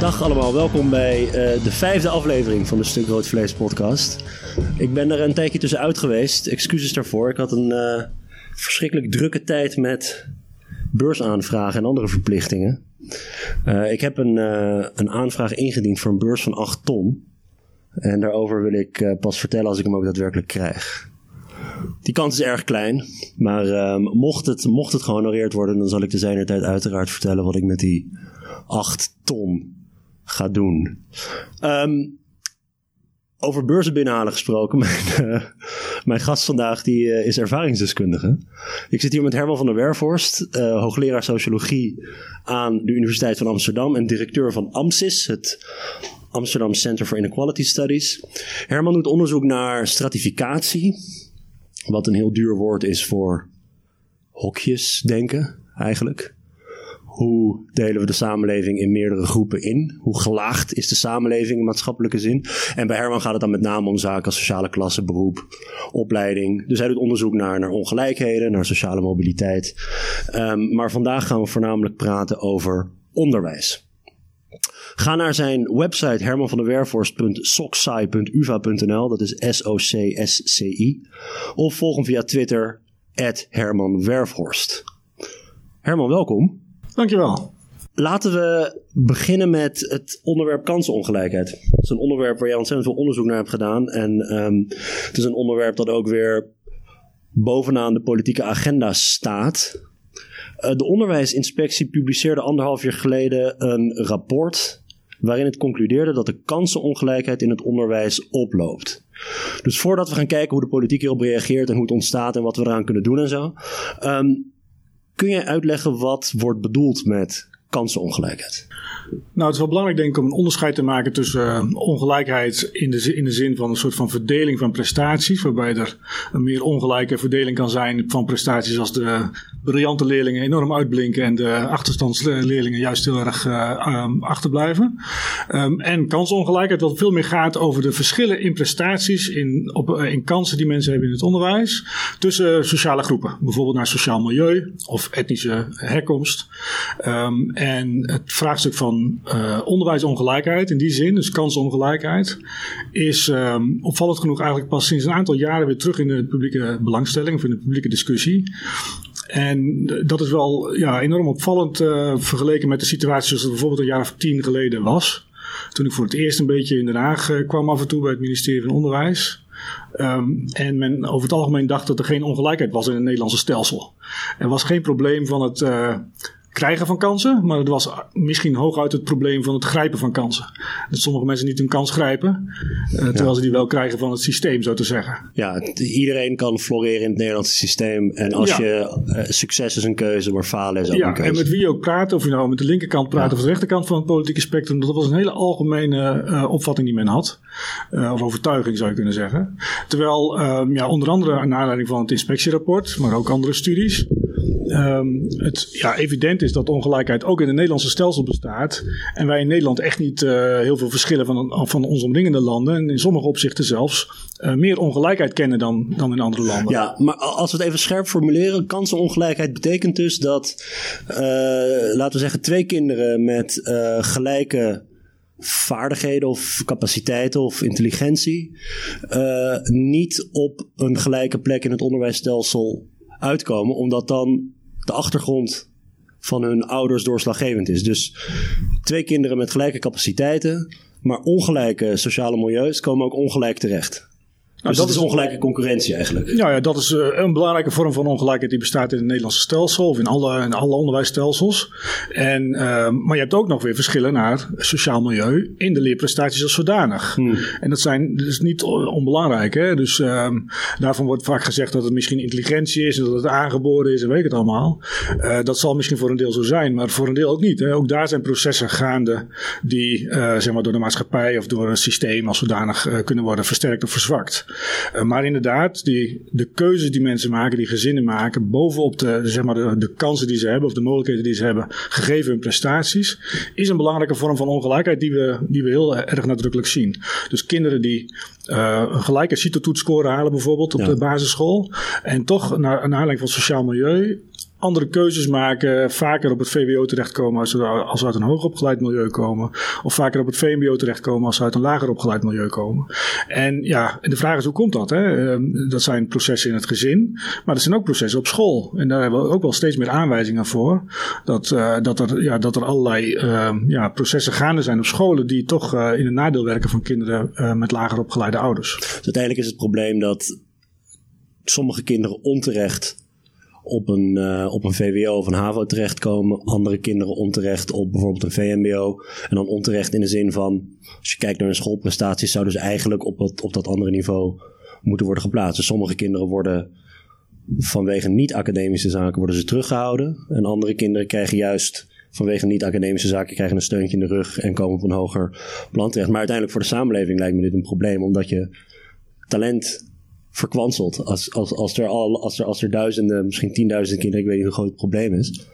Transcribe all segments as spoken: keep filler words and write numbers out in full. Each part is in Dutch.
Dag allemaal, welkom bij uh, de vijfde aflevering van de Stuk Rood Vlees podcast. Ik ben er een tijdje tussenuit geweest, excuses daarvoor. Ik had een uh, verschrikkelijk drukke tijd met beursaanvragen en andere verplichtingen. Uh, ik heb een, uh, een aanvraag ingediend voor een beurs van acht ton. En daarover wil ik uh, pas vertellen als ik hem ook daadwerkelijk krijg. Die kans is erg klein, maar uh, mocht, het, mocht het gehonoreerd worden, dan zal ik de zijnertijd uiteraard vertellen wat ik met die acht ton ga doen. Um, over beurzen binnenhalen gesproken, mijn, uh, mijn gast vandaag die, uh, is ervaringsdeskundige. Ik zit hier met Herman van der Werfhorst, uh, hoogleraar sociologie aan de Universiteit van Amsterdam en directeur van AMSIS, het Amsterdam Center for Inequality Studies. Herman doet onderzoek naar stratificatie, wat een heel duur woord is voor hokjes denken eigenlijk. Hoe delen we de samenleving in meerdere groepen in? Hoe gelaagd is de samenleving in maatschappelijke zin? En bij Herman gaat het dan met name om zaken als sociale klasse, beroep, opleiding. Dus hij doet onderzoek naar, naar ongelijkheden, naar sociale mobiliteit. Um, maar vandaag gaan we voornamelijk praten over onderwijs. Ga naar zijn website herman van der werfhorst punt socsci punt u v a punt n l, dat is S O C S C I. Of volg hem via Twitter, at Herman Werfhorst. Herman, welkom. Dankjewel. Laten we beginnen met het onderwerp kansenongelijkheid. Dat is een onderwerp waar jij ontzettend veel onderzoek naar hebt gedaan. En um, het is een onderwerp dat ook weer bovenaan de politieke agenda staat. Uh, de onderwijsinspectie publiceerde anderhalf jaar geleden een rapport waarin het concludeerde dat de kansenongelijkheid in het onderwijs oploopt. Dus voordat we gaan kijken hoe de politiek hierop reageert en hoe het ontstaat en wat we eraan kunnen doen en zo, Um, kun jij uitleggen wat wordt bedoeld met kansenongelijkheid? Nou, het is wel belangrijk denk ik om een onderscheid te maken tussen uh, ongelijkheid in de, in de zin van een soort van verdeling van prestaties, waarbij er een meer ongelijke verdeling kan zijn van prestaties als de briljante leerlingen enorm uitblinken en de achterstandsleerlingen juist heel erg uh, um, achterblijven. Um, en kansongelijkheid, wat veel meer gaat over de verschillen in prestaties, in, op, uh, in kansen die mensen hebben in het onderwijs, tussen sociale groepen. Bijvoorbeeld naar sociaal milieu of etnische herkomst. Um, en het vraagstuk van uh, onderwijsongelijkheid in die zin, dus kansongelijkheid, is um, opvallend genoeg eigenlijk pas sinds een aantal jaren weer terug in de publieke belangstelling of in de publieke discussie. En dat is wel ja, enorm opvallend uh, vergeleken met de situatie zoals het bijvoorbeeld een jaar of tien geleden was. Toen ik voor het eerst een beetje in Den Haag uh, kwam af en toe bij het ministerie van Onderwijs. Um, en men over het algemeen dacht dat er geen ongelijkheid was in het Nederlandse stelsel. Er was geen probleem van het Uh, krijgen van kansen, maar het was misschien hooguit het probleem van het grijpen van kansen. Dat sommige mensen niet hun kans grijpen, uh, terwijl ja. ze die wel krijgen van het systeem, zo te zeggen. Ja, het, iedereen kan floreren in het Nederlandse systeem en als ja. je, uh, succes is een keuze, maar falen is ook ja, een keuze. En met wie je ook praat, of je nou met de linkerkant praat ja. of de rechterkant van het politieke spectrum, dat was een hele algemene uh, opvatting die men had. Uh, of overtuiging zou je kunnen zeggen. Terwijl, um, ja, onder andere naar aanleiding van het inspectierapport, maar ook andere studies, Um, het ja, evident is dat ongelijkheid ook in het Nederlandse stelsel bestaat. En wij in Nederland echt niet uh, heel veel verschillen van, van onze omringende landen. En in sommige opzichten zelfs uh, meer ongelijkheid kennen dan, dan in andere landen. Ja, maar als we het even scherp formuleren. Kansenongelijkheid betekent dus dat, uh, laten we zeggen, twee kinderen met uh, gelijke vaardigheden of capaciteiten of intelligentie uh, niet op een gelijke plek in het onderwijsstelsel uitkomen, omdat dan de achtergrond van hun ouders doorslaggevend is. Dus twee kinderen met gelijke capaciteiten, maar ongelijke sociale milieus komen ook ongelijk terecht. Dus nou, dat is ongelijke concurrentie eigenlijk. Ja, ja, dat is uh, een belangrijke vorm van ongelijkheid die bestaat in het Nederlandse stelsel of in alle, in alle onderwijsstelsels. En, uh, maar je hebt ook nog weer verschillen naar sociaal milieu in de leerprestaties als zodanig. Hmm. En dat zijn dus niet onbelangrijk. Hè? Dus uh, daarvan wordt vaak gezegd dat het misschien intelligentie is en dat het aangeboren is en weet ik het allemaal. Uh, dat zal misschien voor een deel zo zijn, maar voor een deel ook niet. Hè? Ook daar zijn processen gaande die uh, zeg maar door de maatschappij of door een systeem als zodanig uh, kunnen worden versterkt of verzwakt. Uh, maar inderdaad, die, de keuzes die mensen maken, die gezinnen maken, bovenop de, zeg maar de, de kansen die ze hebben of de mogelijkheden die ze hebben, gegeven hun prestaties, is een belangrijke vorm van ongelijkheid die we, die we heel erg nadrukkelijk zien. Dus kinderen die uh, een gelijke CITO-toetsscore halen bijvoorbeeld op ja. de basisschool en toch naar, naar aanleiding van het sociaal milieu andere keuzes maken, vaker op het V W O terechtkomen als ze, als ze uit een hoogopgeleid milieu komen, of vaker op het V M B O terechtkomen als ze uit een lager opgeleid milieu komen. En ja, de vraag is, hoe komt dat? Hè? Uh, dat zijn processen in het gezin, maar er zijn ook processen op school. En daar hebben we ook wel steeds meer aanwijzingen voor, dat, uh, dat, er, ja, dat er allerlei uh, ja, processen gaande zijn op scholen die toch uh, in het nadeel werken van kinderen uh, met lager opgeleide ouders. Dus uiteindelijk is het probleem dat sommige kinderen onterecht op een, uh, op een V W O of een H A V O terechtkomen. Andere kinderen onterecht op bijvoorbeeld een V M B O. En dan onterecht in de zin van, als je kijkt naar hun schoolprestaties, zouden ze eigenlijk op, het, op dat andere niveau moeten worden geplaatst. Dus sommige kinderen worden vanwege niet-academische zaken worden ze teruggehouden. En andere kinderen krijgen juist vanwege niet-academische zaken krijgen een steuntje in de rug en komen op een hoger plan terecht. Maar uiteindelijk voor de samenleving lijkt me dit een probleem, omdat je talent verkwanselt. Als, als, als, er al, als, er, als er duizenden, misschien tienduizenden kinderen, ik weet niet hoe groot het probleem is,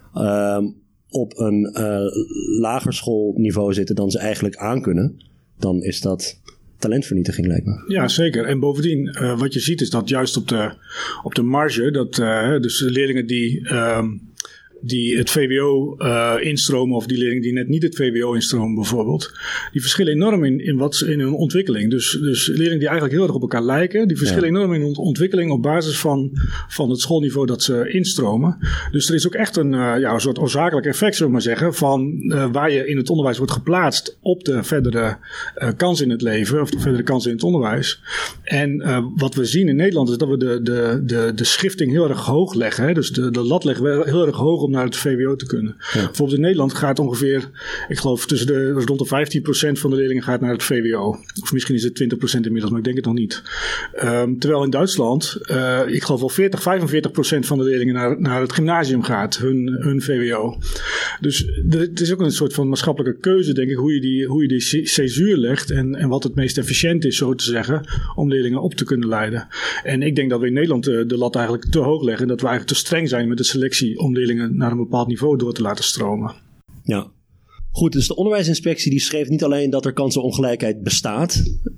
um, op een uh, lager schoolniveau zitten dan ze eigenlijk aankunnen, dan is dat talentvernietiging, lijkt me. Ja, zeker. En bovendien, uh, wat je ziet is dat juist op de, op de marge, dat uh, dus de leerlingen die Um, die het V W O uh, instromen, of die leerlingen die net niet het V W O instromen bijvoorbeeld, die verschillen enorm in, in, wat, in hun ontwikkeling. Dus, dus leerlingen die eigenlijk heel erg op elkaar lijken, die verschillen ja. enorm in hun ontwikkeling op basis van, van het schoolniveau dat ze instromen. Dus er is ook echt een, uh, ja, een soort oorzakelijk effect, zullen we maar zeggen, van uh, waar je in het onderwijs wordt geplaatst op de verdere uh, kans in het leven, of de verdere kans in het onderwijs. En uh, wat we zien in Nederland is dat we de, de, de, de schifting heel erg hoog leggen. Hè? Dus de, de lat leggen we heel erg hoog om naar het V W O te kunnen. Ja. Bijvoorbeeld in Nederland gaat ongeveer, ik geloof tussen de rond de vijftien procent van de leerlingen gaat naar het V W O. Of misschien is het twintig procent inmiddels, maar ik denk het nog niet. Um, terwijl in Duitsland, uh, ik geloof wel veertig, vijfenveertig procent van de leerlingen naar, naar het gymnasium gaat, hun, hun V W O. Dus de, het is ook een soort van maatschappelijke keuze, denk ik, hoe je die, hoe je die césuur legt en, en wat het meest efficiënt is, zo te zeggen, om leerlingen op te kunnen leiden. En ik denk dat we in Nederland de, de lat eigenlijk te hoog leggen en dat we eigenlijk te streng zijn met de selectie om leerlingen naar een bepaald niveau door te laten stromen. Ja, goed. Dus de onderwijsinspectie die schreef niet alleen dat er kansenongelijkheid bestaat,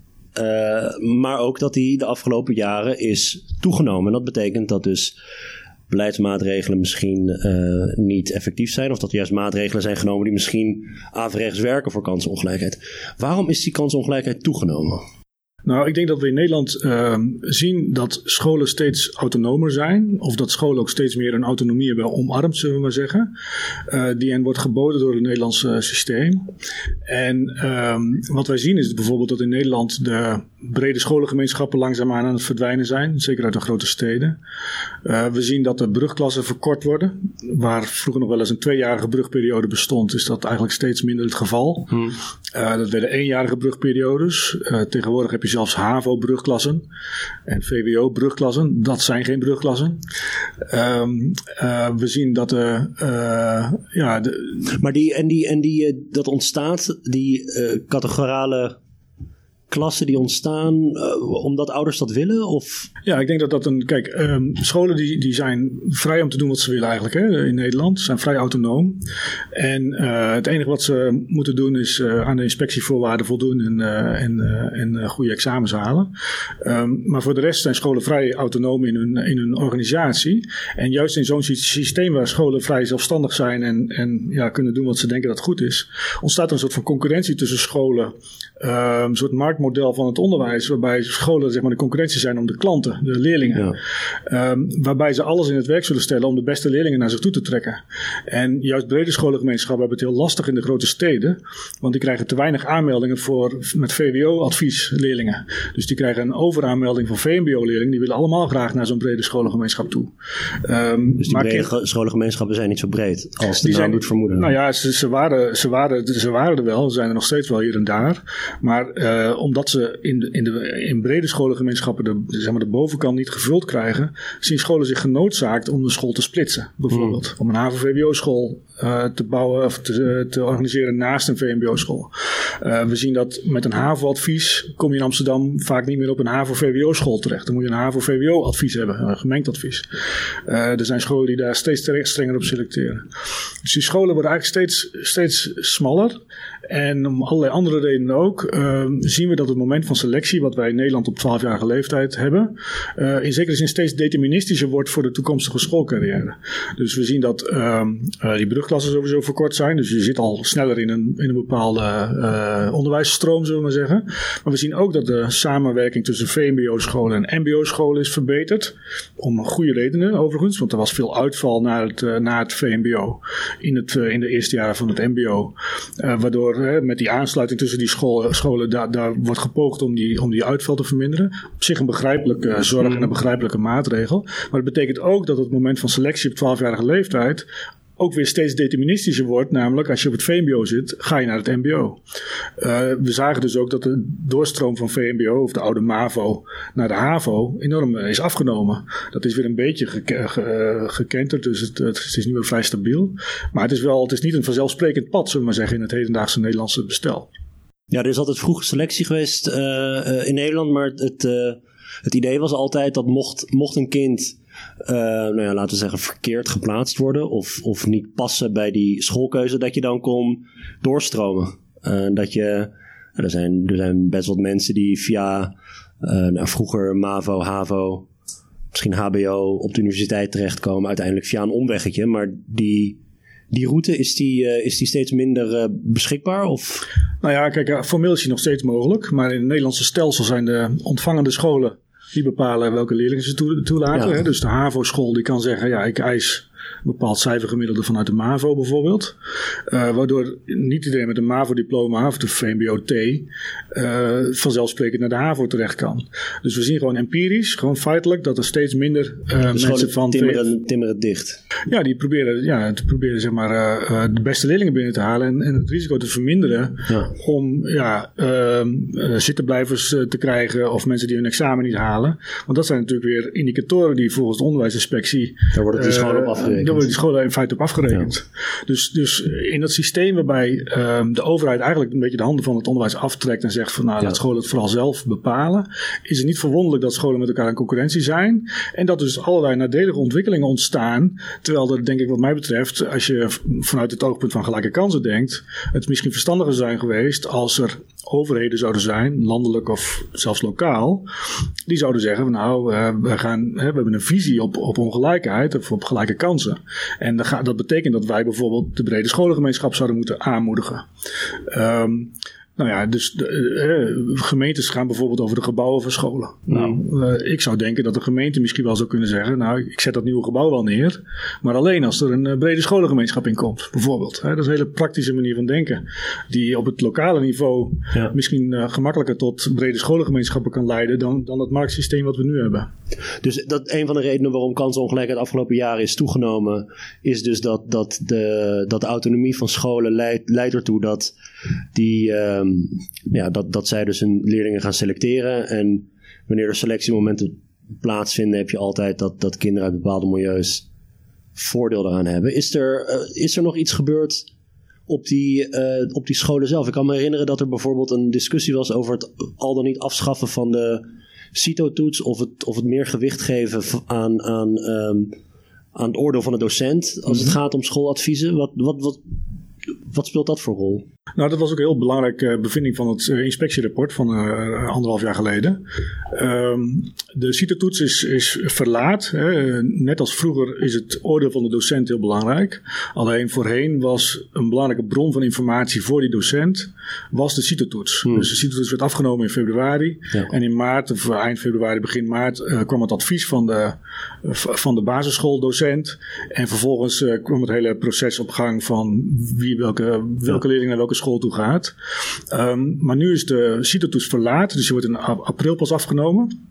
uh, maar ook dat die de afgelopen jaren is toegenomen. En dat betekent dat dus beleidsmaatregelen misschien uh, niet effectief zijn, of dat er juist maatregelen zijn genomen die misschien averechts werken voor kansenongelijkheid. Waarom is die kansenongelijkheid toegenomen? Nou, ik denk dat we in Nederland uh, zien dat scholen steeds autonomer zijn. Of dat scholen ook steeds meer een autonomie hebben omarmd, zullen we maar zeggen. Uh, die hen wordt geboden door het Nederlandse systeem. En um, wat wij zien is bijvoorbeeld dat in Nederland de brede scholengemeenschappen langzaamaan aan het verdwijnen zijn. Zeker uit de grote steden. Uh, we zien dat de brugklassen verkort worden. Waar vroeger nog wel eens een tweejarige brugperiode bestond, is dat eigenlijk steeds minder het geval. Hmm. Uh, dat werden eenjarige brugperiodes. Uh, tegenwoordig heb je zelfs H A V O-brugklassen en V W O-brugklassen. Dat zijn geen brugklassen. Um, uh, we zien dat de... Uh, ja, de maar die, en die, en die, uh, dat ontstaat, die uh, categorale klassen die ontstaan uh, omdat ouders dat willen? Of? Ja, ik denk dat dat een... Kijk, um, scholen die, die zijn vrij om te doen wat ze willen eigenlijk hè, in Nederland. Ze zijn vrij autonoom. En uh, het enige wat ze moeten doen is uh, aan de inspectievoorwaarden voldoen en, uh, en, uh, en uh, goede examens halen. Um, maar voor de rest zijn scholen vrij autonoom in hun, in hun organisatie. En juist in zo'n systeem waar scholen vrij zelfstandig zijn en, en ja, kunnen doen wat ze denken dat goed is, ontstaat er een soort van concurrentie tussen scholen. Uh, een soort marktmodel van het onderwijs, waarbij scholen zeg maar de concurrentie zijn om de klanten, de leerlingen. Ja. Um, waarbij ze alles in het werk zullen stellen om de beste leerlingen naar zich toe te trekken. En juist brede scholengemeenschappen hebben het heel lastig in de grote steden, want die krijgen te weinig aanmeldingen voor met V W O-adviesleerlingen. Dus die krijgen een overaanmelding van V M B O-leerlingen. Die willen allemaal graag naar zo'n brede scholengemeenschap toe. Um, dus die brede kind, scholengemeenschappen zijn niet zo breed als de naam doet vermoeden. Nou ja, ze, ze, waren, ze, waren, ze waren er wel. Ze zijn er nog steeds wel hier en daar. Maar uh, omdat ze in, de, in, de, in brede scholengemeenschappen de, zeg maar de bovenkant niet gevuld krijgen, zien scholen zich genoodzaakt om de school te splitsen. Bijvoorbeeld. Hmm. Om een H A V O-V W O-school uh, te bouwen of te, te organiseren naast een V M B O-school. Uh, we zien dat met een HAVO-advies kom je in Amsterdam vaak niet meer op een HAVO-V W O-school terecht. Dan moet je een HAVO-V W O-advies hebben, een gemengd advies. Uh, er zijn scholen die daar steeds strenger op selecteren. Dus die scholen worden eigenlijk steeds, steeds smaller. En om allerlei andere redenen ook uh, zien we dat het moment van selectie, wat wij in Nederland op twaalfjarige leeftijd hebben, uh, in zekere zin steeds deterministischer wordt voor de toekomstige schoolcarrière. Dus we zien dat uh, uh, die brugklassen sowieso verkort zijn. Dus je zit al sneller in een, in een bepaalde uh, onderwijsstroom, zullen we maar zeggen. Maar we zien ook dat de samenwerking tussen V M B O-scholen en M B O-scholen is verbeterd. Om goede redenen overigens, want er was veel uitval naar het, uh, naar het V M B O in, het, uh, in de eerste jaren van het M B O. Uh, waardoor met die aansluiting tussen die scholen, scholen daar, daar wordt gepoogd om die, om die uitval te verminderen. Op zich een begrijpelijke zorg en een begrijpelijke maatregel. Maar het betekent ook dat het moment van selectie op twaalfjarige leeftijd ook weer steeds deterministischer wordt. Namelijk, als je op het V M B O zit, ga je naar het M B O. Uh, we zagen dus ook dat de doorstroom van V M B O, of de oude MAVO, naar de HAVO enorm is afgenomen. Dat is weer een beetje geke- ge- gekenterd, dus het, het is nu weer vrij stabiel. Maar het is wel, het is niet een vanzelfsprekend pad, zullen we maar zeggen, in het hedendaagse Nederlandse bestel. Ja, er is altijd vroege selectie geweest uh, uh, in Nederland, maar het, uh, het idee was altijd dat mocht, mocht een kind Uh, nou ja, laten we zeggen verkeerd geplaatst worden of, of niet passen bij die schoolkeuze, dat je dan kon doorstromen. Uh, dat je, er zijn, er zijn best wat mensen die via uh, nou, vroeger MAVO, HAVO, misschien H B O op de universiteit terechtkomen, uiteindelijk via een omweggetje, maar die, die route, is die, uh, is die steeds minder uh, beschikbaar? Of? Nou ja, kijk, uh, formeel is die nog steeds mogelijk, maar in het Nederlandse stelsel zijn de ontvangende scholen die bepalen welke leerlingen ze toelaten. Ja. Hè? Dus de HAVO-school die kan zeggen, ja, ik eis een bepaald cijfergemiddelde vanuit de MAVO bijvoorbeeld. Uh, waardoor niet iedereen met een MAVO-diploma of de V M B O T uh, vanzelfsprekend naar de HAVO terecht kan. Dus we zien gewoon empirisch, gewoon feitelijk, dat er steeds minder uh, dus mensen van... Timmeren, timmeren dicht. Ja, die proberen, ja, te proberen zeg maar, uh, uh, de beste leerlingen binnen te halen en, en het risico te verminderen ja. om ja, uh, uh, zittenblijvers uh, te krijgen of mensen die hun examen niet halen. Want dat zijn natuurlijk weer indicatoren die volgens de onderwijsinspectie... Daar worden die scholen op afgerekend. Daar worden die scholen in feite op afgerekend. Ja. Dus, dus in dat systeem waarbij uh, de overheid eigenlijk een beetje de handen van het onderwijs aftrekt en zegt van nou, ja. laat scholen het vooral zelf bepalen, is het niet verwonderlijk dat scholen met elkaar in concurrentie zijn en dat dus allerlei nadelige ontwikkelingen ontstaan, terwijl er denk ik wat mij betreft, als je vanuit het oogpunt van gelijke kansen denkt, het misschien verstandiger zou zijn geweest als er overheden zouden zijn, landelijk of zelfs lokaal, die zouden zeggen, nou, uh, we, gaan, hè, we hebben een visie op, op ongelijkheid of op gelijke kansen. En dat, ga, dat betekent dat wij bijvoorbeeld de brede scholengemeenschap zouden moeten aanmoedigen. Um, Nou ja, dus de, uh, gemeentes gaan bijvoorbeeld over de gebouwen van scholen. Mm. Nou, uh, ik zou denken dat de gemeente misschien wel zou kunnen zeggen, nou, ik zet dat nieuwe gebouw wel neer, maar alleen als er een uh, brede scholengemeenschap in komt, bijvoorbeeld. Hè, dat is een hele praktische manier van denken, die op het lokale niveau ja. misschien uh, gemakkelijker tot brede scholengemeenschappen kan leiden dan, dan het marktsysteem wat we nu hebben. Dus dat een van de redenen waarom kansenongelijkheid de afgelopen jaren is toegenomen, is dus dat, dat, de, dat de autonomie van scholen leidt, leidt ertoe dat die... Uh, Ja, dat, dat zij dus hun leerlingen gaan selecteren. En wanneer er selectiemomenten plaatsvinden, heb je altijd dat, dat kinderen uit bepaalde milieus voordeel daaraan hebben. Is er, uh, is er nog iets gebeurd op die, uh, op die scholen zelf? Ik kan me herinneren dat er bijvoorbeeld een discussie was over het al dan niet afschaffen van de CITO-toets, of het, of het meer gewicht geven aan, aan, um, aan het oordeel van de docent als mm-hmm. het gaat om schooladviezen. Wat, wat, wat, wat speelt dat voor rol? Nou, dat was ook een heel belangrijke bevinding van het uh, inspectierapport van uh, anderhalf jaar geleden. Um, de CITO-toets is, is verlaat. Hè. Net als vroeger is het oordeel van de docent heel belangrijk. Alleen voorheen was een belangrijke bron van informatie voor die docent was de CITO-toets. Hmm. Dus de CITO-toets werd afgenomen in februari. Ja. En in maart, of eind februari, begin maart, uh, kwam het advies van de, uh, van de basisschooldocent. En vervolgens uh, kwam het hele proces op gang van wie, welke, welke leerling naar welke school toe gaat. Um, maar nu is de CITO-toets verlaat, dus die wordt in april pas afgenomen.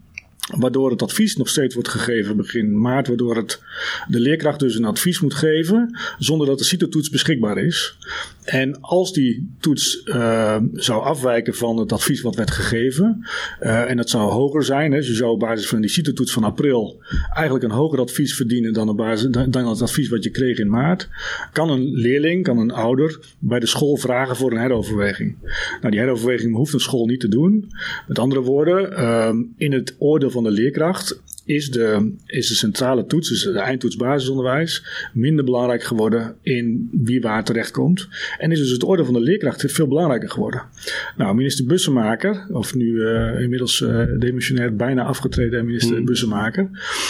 Waardoor het advies nog steeds wordt gegeven begin maart. Waardoor het, de leerkracht dus een advies moet geven zonder dat de CITO-toets beschikbaar is. En als die toets uh, zou afwijken van het advies wat werd gegeven. Uh, en dat zou hoger zijn. Hè, dus je zou op basis van die CITO-toets van april eigenlijk een hoger advies verdienen dan, op basis, dan het advies wat je kreeg in maart. Kan een leerling, kan een ouder bij de school vragen voor een heroverweging. Nou, die heroverweging hoeft een school niet te doen. Met andere woorden, uh, in het oordeel van de leerkracht is de, is de centrale toets, dus de eindtoets basisonderwijs, minder belangrijk geworden in wie waar terechtkomt. En is dus het oordeel van de leerkracht veel belangrijker geworden. Nou, minister Bussemaker, of nu uh, inmiddels uh, demissionair bijna afgetreden minister hmm. Bussemaker,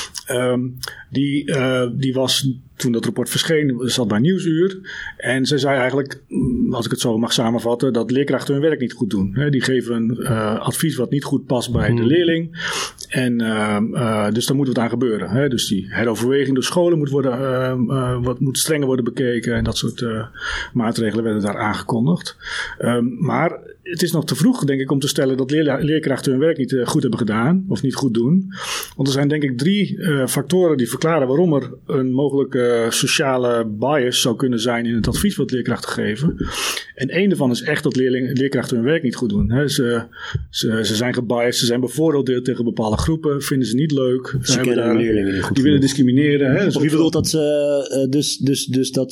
um, die, uh, die was, toen dat rapport verscheen, zat bij Nieuwsuur. En zij zei eigenlijk, als ik het zo mag samenvatten, dat leerkrachten hun werk niet goed doen. He, die geven een uh, advies wat niet goed past bij hmm. de leerling. En uh, uh, dus daar moet wat aan gebeuren. Hè? Dus die heroverweging door scholen moet, worden, uh, uh, wat moet strenger worden bekeken. En dat soort uh, maatregelen werden daar aangekondigd. Um, maar het is nog te vroeg, denk ik, om te stellen dat leer- leerkrachten hun werk niet uh, goed hebben gedaan. Of niet goed doen. Want er zijn denk ik drie uh, factoren die verklaren waarom er een mogelijke uh, sociale bias zou kunnen zijn in het advies wat leerkrachten geven. En één daarvan is echt dat leerling, leerkrachten hun werk niet goed doen. Hè? Ze, ze, ze zijn gebiased, ze zijn bevooroordeeld tegen bepaalde groepen, vinden ze niet leuk. Ze kennen daar, leerlingen niet goed. Die willen discrimineren. Hè? Of je bedoelt dat ze uh, dus, dus, dus dat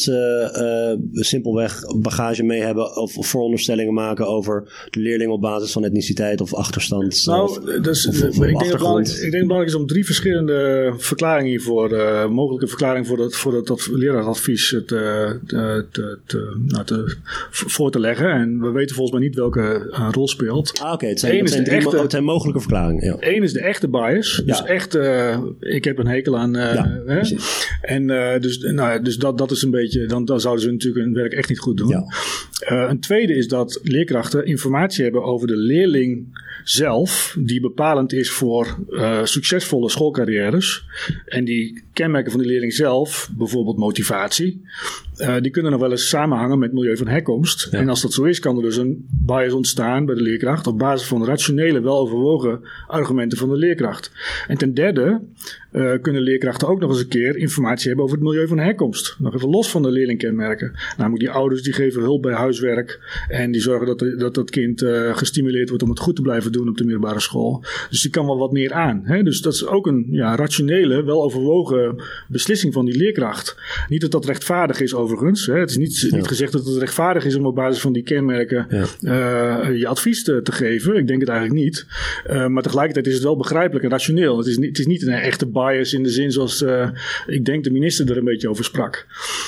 ze uh, simpelweg bagage mee hebben of, of vooronderstellingen maken over de leerling op basis van etniciteit of achterstand. Nou, of, dus, of, of, ik, denk of dat belangrijk, ik denk dat het belangrijk is om drie verschillende verklaringen hiervoor, uh, mogelijke verklaringen voor dat, voor dat, dat leraaradvies te, te, te, te, nou, te, voor te leggen. En we weten volgens mij niet welke uh, rol speelt. Ah, oké. Okay. Het zijn, het zijn, echte, het zijn mogelijke verklaringen. Ja. Eén is de echte bias. Ja. Dus echt, uh, ik heb een hekel aan. Uh, ja, hè? En uh, dus, nou, dus dat, dat is een beetje, dan, dan zouden ze natuurlijk hun werk echt niet goed doen. Ja. Uh, een tweede is dat leerkrachten informatie hebben over de leerling zelf, die bepalend is voor uh, succesvolle schoolcarrières. En die kenmerken van de leerling zelf, bijvoorbeeld motivatie, uh, die kunnen nog wel eens samenhangen met milieu van herkomst. Ja. En als dat zo is, kan er dus een bias ontstaan bij de leerkracht op basis van rationele, weloverwogen argumenten van de leerkracht. En ten derde uh, kunnen leerkrachten ook nog eens een keer informatie hebben over het milieu van herkomst. Nog even los van de leerlingkenmerken. Namelijk die ouders die geven hulp bij huiswerk en die zorgen dat de, dat, dat kind uh, gestimuleerd wordt om het goed te blijven doen op de middelbare school. Dus die kan wel wat meer aan. Hè? Dus dat is ook een ja, rationele, weloverwogen beslissing van die leerkracht. Niet dat dat rechtvaardig is overigens. Hè? Het is niet, ja. niet gezegd dat het rechtvaardig is om op basis van die kenmerken ja. uh, je advies te, te geven. Ik denk het eigenlijk niet. Uh, maar tegelijkertijd is het wel begrijpelijk en rationeel. Het is niet, het is niet een echte bias in de zin zoals uh, ik denk de minister er een beetje over sprak.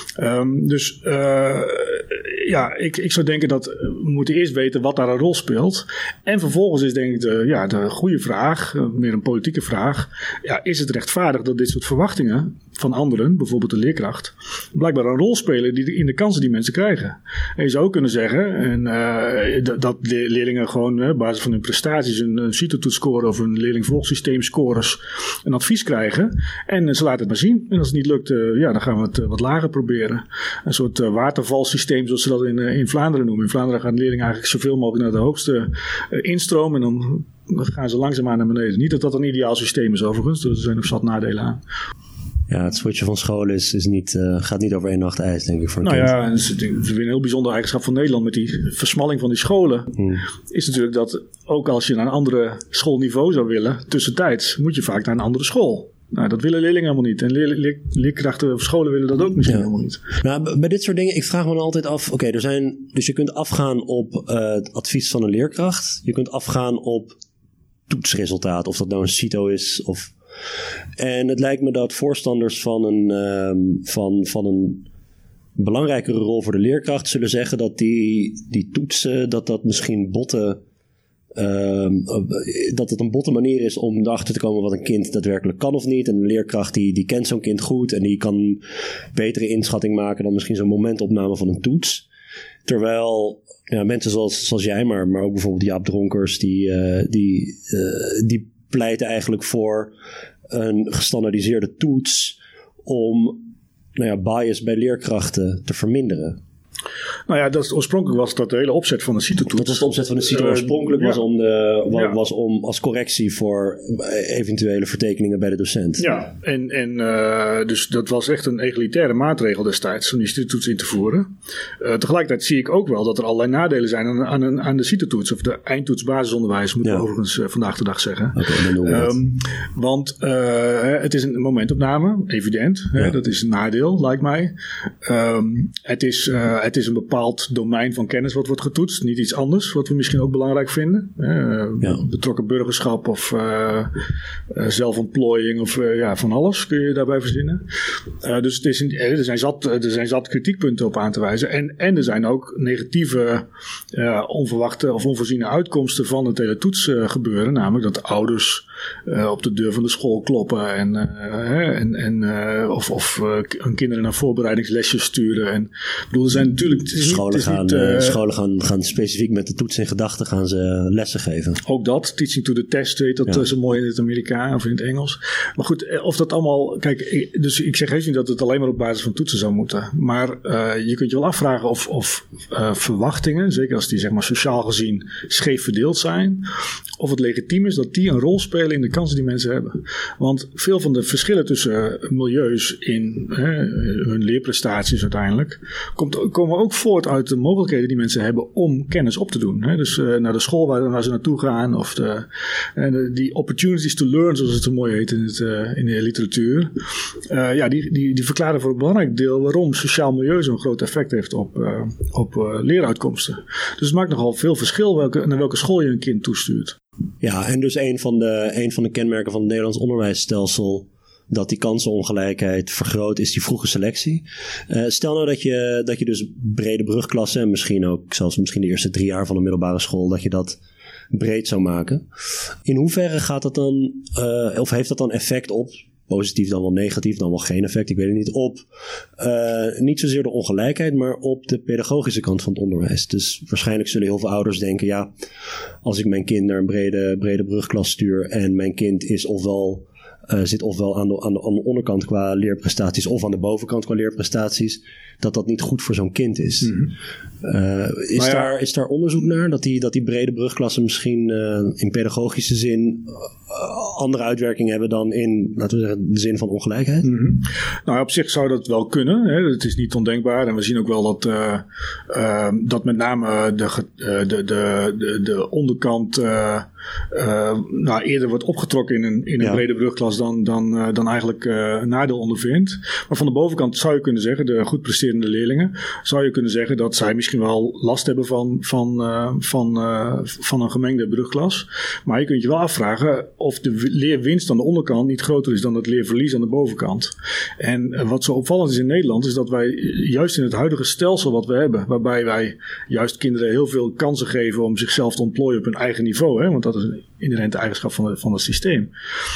Um, dus uh, ja, ik, ik zou denken dat we moeten eerst weten wat daar een rol speelt. En vervolgens is denk ik de, ja, de goede vraag, meer een politieke vraag. Ja, is het rechtvaardig dat dit soort verwachtingen van anderen, bijvoorbeeld de leerkracht, blijkbaar een rol spelen die, in de kansen die mensen krijgen? En je zou ook kunnen zeggen en, uh, dat, dat leerlingen gewoon uh, op basis van hun prestaties een, een CITO-toets scoren of een leerlingvolgsysteem scores een advies krijgen. En uh, ze laten het maar zien. En als het niet lukt, uh, ja, dan gaan we het uh, wat lager proberen. Een soort uh, watervalsysteem, zoals ze dat in, uh, in Vlaanderen noemen. In Vlaanderen gaan leerlingen eigenlijk zoveel mogelijk naar de hoogste uh, instroom en dan gaan ze langzaamaan naar beneden. Niet dat dat een ideaal systeem is overigens. Er zijn nog zat nadelen aan. Ja, het switchen van scholen is, is niet, uh, gaat niet over één nacht ijs, denk ik, voor een nou kind. Ja, het is weer een heel bijzonder eigenschap van Nederland met die versmalling van die scholen. Hmm. Is natuurlijk dat ook als je naar een andere schoolniveau zou willen, tussentijds, moet je vaak naar een andere school. Nou, dat willen leerlingen helemaal niet. En leer, leer, leerkrachten of scholen willen dat ook misschien ja. helemaal niet. Nou, bij dit soort dingen, ik vraag me dan altijd af, oké, okay, er zijn, dus je kunt afgaan op uh, het advies van een leerkracht. Je kunt afgaan op toetsresultaat, of dat nou een CITO is of... En het lijkt me dat voorstanders van een, um, van, van een belangrijkere rol voor de leerkracht zullen zeggen dat die, die toetsen, dat dat misschien botte, um, dat het een botte manier is om erachter te komen wat een kind daadwerkelijk kan of niet. En een leerkracht die, die kent zo'n kind goed en die kan betere inschatting maken dan misschien zo'n momentopname van een toets. Terwijl ja, mensen zoals, zoals jij, maar, maar ook bijvoorbeeld Jaap Dronkers, die, uh, die, uh, die pleiten eigenlijk voor een gestandaardiseerde toets om nou ja, bias bij leerkrachten te verminderen. Nou ja, dat, oorspronkelijk was dat de hele opzet van de CITO-toets. Dat was de opzet van de CITO uh, oorspronkelijk ja. was, om de, was, ja. was om als correctie voor eventuele vertekeningen bij de docent. Ja, en, en uh, dus dat was echt een egalitaire maatregel destijds om die CITO-toets in te voeren. Uh, tegelijkertijd zie ik ook wel dat er allerlei nadelen zijn aan, aan, aan de CITO-toets, of de eindtoets basisonderwijs, moeten ja. we overigens uh, vandaag de dag zeggen. Okay, dan um, want uh, het is een momentopname, evident. Ja. Hè, dat is een nadeel, lijkt mij. Um, het is... Uh, Het is een bepaald domein van kennis wat wordt getoetst. Niet iets anders, wat we misschien ook belangrijk vinden. Uh, ja. Betrokken burgerschap of uh, uh, zelfontplooiing of uh, ja, van alles kun je daarbij verzinnen. Uh, dus het is een, er, zijn zat, er zijn zat kritiekpunten op aan te wijzen. En, en er zijn ook negatieve, uh, onverwachte of onvoorziene uitkomsten van het hele toets uh, gebeuren. Namelijk dat de ouders uh, op de deur van de school kloppen. En, uh, en, en, uh, of of uh, hun kinderen naar voorbereidingslesjes sturen. En, ik bedoel, er zijn natuurlijk... Het is scholen niet, het is gaan, niet, uh, scholen gaan, gaan specifiek met de toets in gedachten gaan ze lessen geven. Ook dat, teaching to the test, weet dat ja. zo mooi in het Amerikaans of in het Engels. Maar goed, of dat allemaal... Kijk, ik, dus ik zeg heus niet dat het alleen maar op basis van toetsen zou moeten. Maar uh, je kunt je wel afvragen of, of uh, verwachtingen, zeker als die zeg maar sociaal gezien scheef verdeeld zijn, of het legitiem is dat die een rol spelen in de kansen die mensen hebben. Want veel van de verschillen tussen milieus in hè, hun leerprestaties uiteindelijk komt, komen ook voort uit de mogelijkheden die mensen hebben om kennis op te doen. Hè. Dus uh, naar de school waar, waar ze naartoe gaan, of de, uh, de, die opportunities to learn, zoals het zo mooi heet in, het, uh, in de literatuur. Uh, ja, die, die, die verklaren voor een belangrijk deel waarom sociaal milieu zo'n groot effect heeft op, uh, op uh, leeruitkomsten. Dus het maakt nogal veel verschil welke, naar welke school je een kind toestuurt. Ja, en dus een van de, een van de kenmerken van het Nederlands onderwijsstelsel dat die kansenongelijkheid vergroot, is die vroege selectie. Uh, stel nou dat je, dat je dus brede brugklassen en misschien ook zelfs misschien de eerste drie jaar van de middelbare school, dat je dat breed zou maken. In hoeverre gaat dat dan, uh, of heeft dat dan effect op, positief dan wel negatief, dan wel geen effect, ik weet het niet, op uh, niet zozeer de ongelijkheid, maar op de pedagogische kant van het onderwijs. Dus waarschijnlijk zullen heel veel ouders denken, ja, als ik mijn kind naar een brede, brede brugklas stuur en mijn kind is ofwel Uh, zit ofwel aan de, aan, de, aan de onderkant qua leerprestaties of aan de bovenkant qua leerprestaties, dat dat niet goed voor zo'n kind is. Mm-hmm. Uh, is, ja, daar, is daar onderzoek naar dat die, dat die brede brugklassen misschien uh, in pedagogische zin uh, andere uitwerking hebben dan in, laten we zeggen, de zin van ongelijkheid? Mm-hmm. Nou, op zich zou dat wel kunnen. Hè. Het is niet ondenkbaar. En we zien ook wel dat, uh, uh, dat met name de, de, de, de, de onderkant uh, uh, nou, eerder wordt opgetrokken in een, in een ja. brede brugklas dan, dan, uh, dan eigenlijk uh, een nadeel ondervindt. Maar van de bovenkant zou je kunnen zeggen, de goed presterende leerlingen, zou je kunnen zeggen dat zij misschien wel last hebben van, van, uh, van, uh, van een gemengde brugklas. Maar je kunt je wel afvragen of de leerwinst aan de onderkant niet groter is dan het leerverlies aan de bovenkant. En uh, wat zo opvallend is in Nederland, is dat wij juist in het huidige stelsel wat we hebben, waarbij wij juist kinderen heel veel kansen geven om zichzelf te ontplooien op hun eigen niveau, hè, want dat is een inherente eigenschap van, de, van het systeem.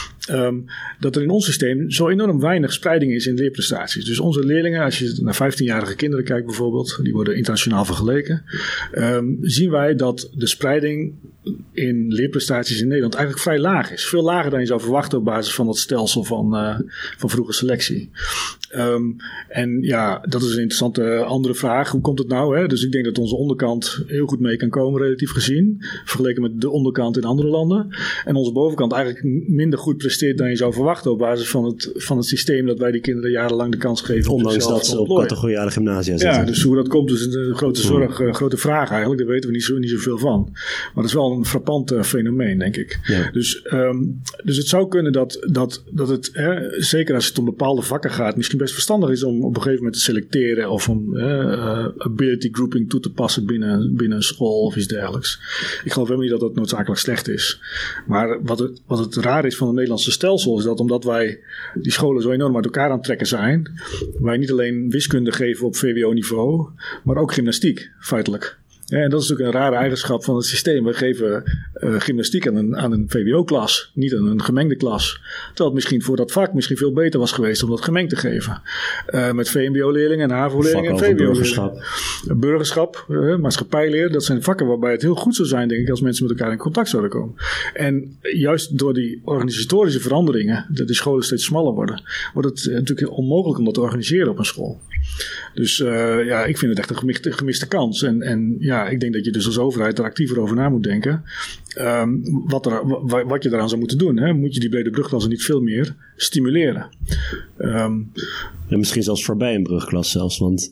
Um, dat er in ons systeem zo enorm weinig spreiding is in leerprestaties. Dus onze leerlingen, als je naar vijftienjarige kinderen kijkt bijvoorbeeld, die worden internationaal vergeleken, um, zien wij dat de spreiding in leerprestaties in Nederland eigenlijk vrij laag is. Veel lager dan je zou verwachten op basis van dat stelsel van, uh, van vroege selectie. Um, en ja, dat is een interessante andere vraag. Hoe komt het nou? Hè? Dus ik denk dat onze onderkant heel goed mee kan komen, relatief gezien, vergeleken met de onderkant in andere landen. En onze bovenkant eigenlijk minder goed presteert dan je zou verwachten op basis van het, van het systeem dat wij die kinderen jarenlang de kans geven. Ondanks dat ze op categoriale gymnasia zitten. Ja, dus hoe dat komt is een grote zorg, een grote vraag eigenlijk. Daar weten we niet, zo, niet zoveel van. Maar dat is wel een frappant uh, fenomeen, denk ik. Ja. Dus, um, dus het zou kunnen dat, dat, dat het, hè, zeker als het om bepaalde vakken gaat, misschien best verstandig is om op een gegeven moment te selecteren of om uh, ability grouping toe te passen binnen, binnen een school of iets dergelijks. Ik geloof helemaal niet dat dat noodzakelijk slecht is. Maar wat het, wat het raar is van het Nederlandse stelsel is dat omdat wij die scholen zo enorm uit elkaar aan het trekken zijn, wij niet alleen wiskunde geven op V W O-niveau, maar ook gymnastiek, feitelijk. Ja, en dat is natuurlijk een rare eigenschap van het systeem. We geven uh, gymnastiek aan een, aan een V W O-klas, niet aan een gemengde klas. Terwijl het misschien voor dat vak misschien veel beter was geweest om dat gemengd te geven. Uh, met V M B O-leerlingen en H A V O-leerlingen en V W O-leerlingen. Burgerschap, burgerschap uh, maatschappijleer, dat zijn vakken waarbij het heel goed zou zijn, denk ik, als mensen met elkaar in contact zouden komen. En juist door die organisatorische veranderingen, dat de scholen steeds smaller worden, wordt het uh, natuurlijk onmogelijk om dat te organiseren op een school. Dus uh, ja, ik vind het echt een gemiste, gemiste kans. En, en ja, ik denk dat je dus als overheid er actiever over na moet denken. Um, wat, er, w- wat je daaraan zou moeten doen. Hè? Moet je die brede brugklasse niet veel meer stimuleren? Um, ja, misschien zelfs voorbij een brugklas zelfs, want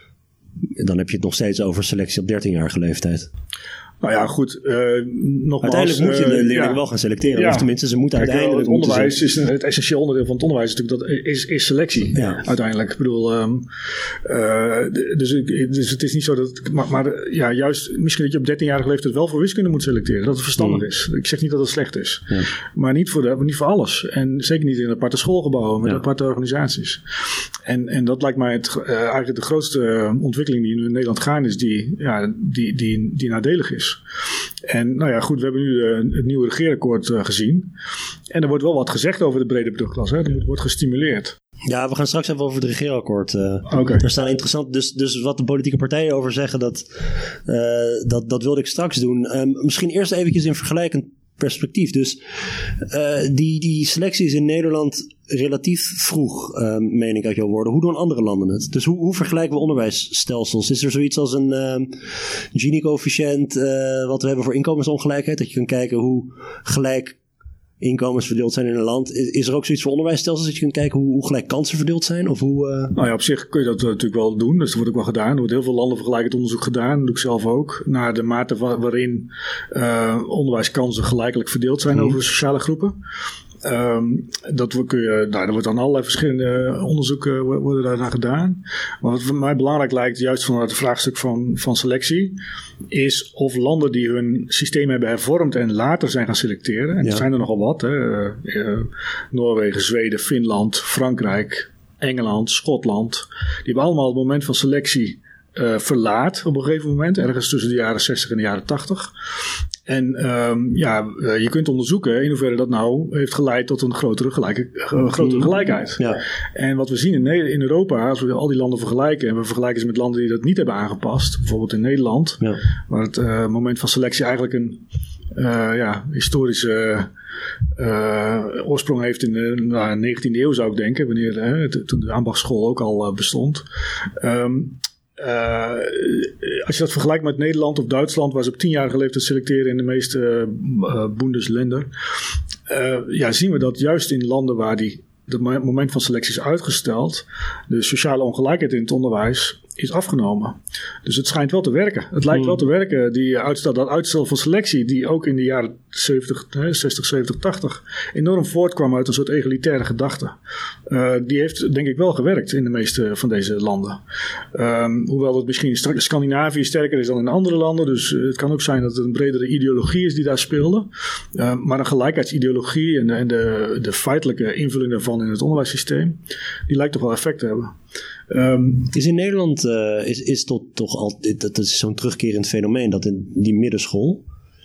dan heb je het nog steeds over selectie op dertienjarige leeftijd. Nou ja, goed. Uh, nogmaals, uiteindelijk moet je de leerling uh, ja. wel gaan selecteren. Ja. Of tenminste, ze moeten Kijk, uiteindelijk... Het onderwijs is een, het essentieel onderdeel van het onderwijs is natuurlijk dat is, is selectie. Ja. Uiteindelijk. Ik bedoel, um, uh, dus, dus het is niet zo dat... Maar, maar ja, juist misschien dat je op dertienjarige leeftijd wel voor wiskunde moet selecteren. Dat het verstandig mm. is. Ik zeg niet dat het slecht is. Ja. Maar niet voor, de, niet voor alles. En zeker niet in aparte schoolgebouwen met ja. aparte organisaties. En, en dat lijkt mij het, uh, eigenlijk de grootste ontwikkeling die nu in Nederland gaande is, die, ja, die, die, die nadelig is. En nou ja, goed, we hebben nu uh, het nieuwe regeerakkoord uh, gezien. En er wordt wel wat gezegd over de brede brugklas. Hè? Er wordt gestimuleerd. Ja, we gaan straks even over het regeerakkoord. Uh, okay. Er staan interessant. Dus, dus wat de politieke partijen over zeggen, dat, uh, dat, dat wilde ik straks doen. Um, misschien eerst eventjes in vergelijkend perspectief. Dus uh, die, die selectie is in Nederland relatief vroeg, uh, meen ik uit jouw woorden. Hoe doen andere landen het? Dus hoe, hoe vergelijken we onderwijsstelsels? Is er zoiets als een uh, Gini-coëfficiënt uh, wat we hebben voor inkomensongelijkheid? Dat je kan kijken hoe gelijk inkomens verdeeld zijn in een land. Is, is er ook zoiets voor onderwijsstelsels dat je kunt kijken hoe, hoe gelijk kansen verdeeld zijn? Of hoe, uh... Nou ja, op zich kun je dat uh, natuurlijk wel doen. Dus dat wordt ook wel gedaan. Er wordt heel veel landen vergelijkend onderzoek gedaan. Dat doe ik zelf ook. Naar de mate wa- waarin uh, onderwijskansen gelijkelijk verdeeld zijn hmm. over sociale groepen. Um, dat kun je, nou, er wordt dan allerlei verschillende onderzoeken worden daarna gedaan. Maar wat voor mij belangrijk lijkt, juist vanuit het vraagstuk van, van selectie, is of landen die hun systeem hebben hervormd en later zijn gaan selecteren. En ja. er zijn er nogal wat. Hè, uh, uh, Noorwegen, Zweden, Finland, Frankrijk, Engeland, Schotland. Die hebben allemaal het moment van selectie uh, verlaat op een gegeven moment. Ergens tussen de jaren zestig en de jaren tachtig. En um, ja, uh, je kunt onderzoeken in hoeverre dat nou heeft geleid tot een grotere, gelijke, uh, grotere gelijkheid. Ja. En wat we zien in, ne- in Europa, als we al die landen vergelijken, en we vergelijken ze met landen die dat niet hebben aangepast, bijvoorbeeld in Nederland, ja. waar het uh, moment van selectie eigenlijk een uh, ja, historische uh, oorsprong heeft in de nou, negentiende eeuw, zou ik denken, wanneer, uh, t- toen de ambachtsschool ook al uh, bestond. Um, Uh, als je dat vergelijkt met Nederland of Duitsland, waar ze op tienjarige leeftijd selecteren in de meeste uh, Bundesländer, uh, ja, zien we dat juist in landen waar die, dat moment van selectie is uitgesteld, de sociale ongelijkheid in het onderwijs is afgenomen. Dus het schijnt wel te werken. Het lijkt wel te werken, die uitstel, dat uitstel van selectie, die ook in de jaren zeventig, zestig, zeventig, tachtig enorm voortkwam uit een soort egalitaire gedachte. Uh, die heeft denk ik wel gewerkt in de meeste van deze landen. Um, hoewel het misschien in Scandinavië sterker is dan in andere landen. Dus uh, het kan ook zijn dat het een bredere ideologie is die daar speelde. Uh, maar een gelijkheidsideologie en, en de, de feitelijke invulling daarvan in het onderwijssysteem, die lijkt toch wel effect te hebben. Um, is in Nederland uh, is, is tot, toch al, dat is zo'n terugkerend fenomeen dat in die middenschool.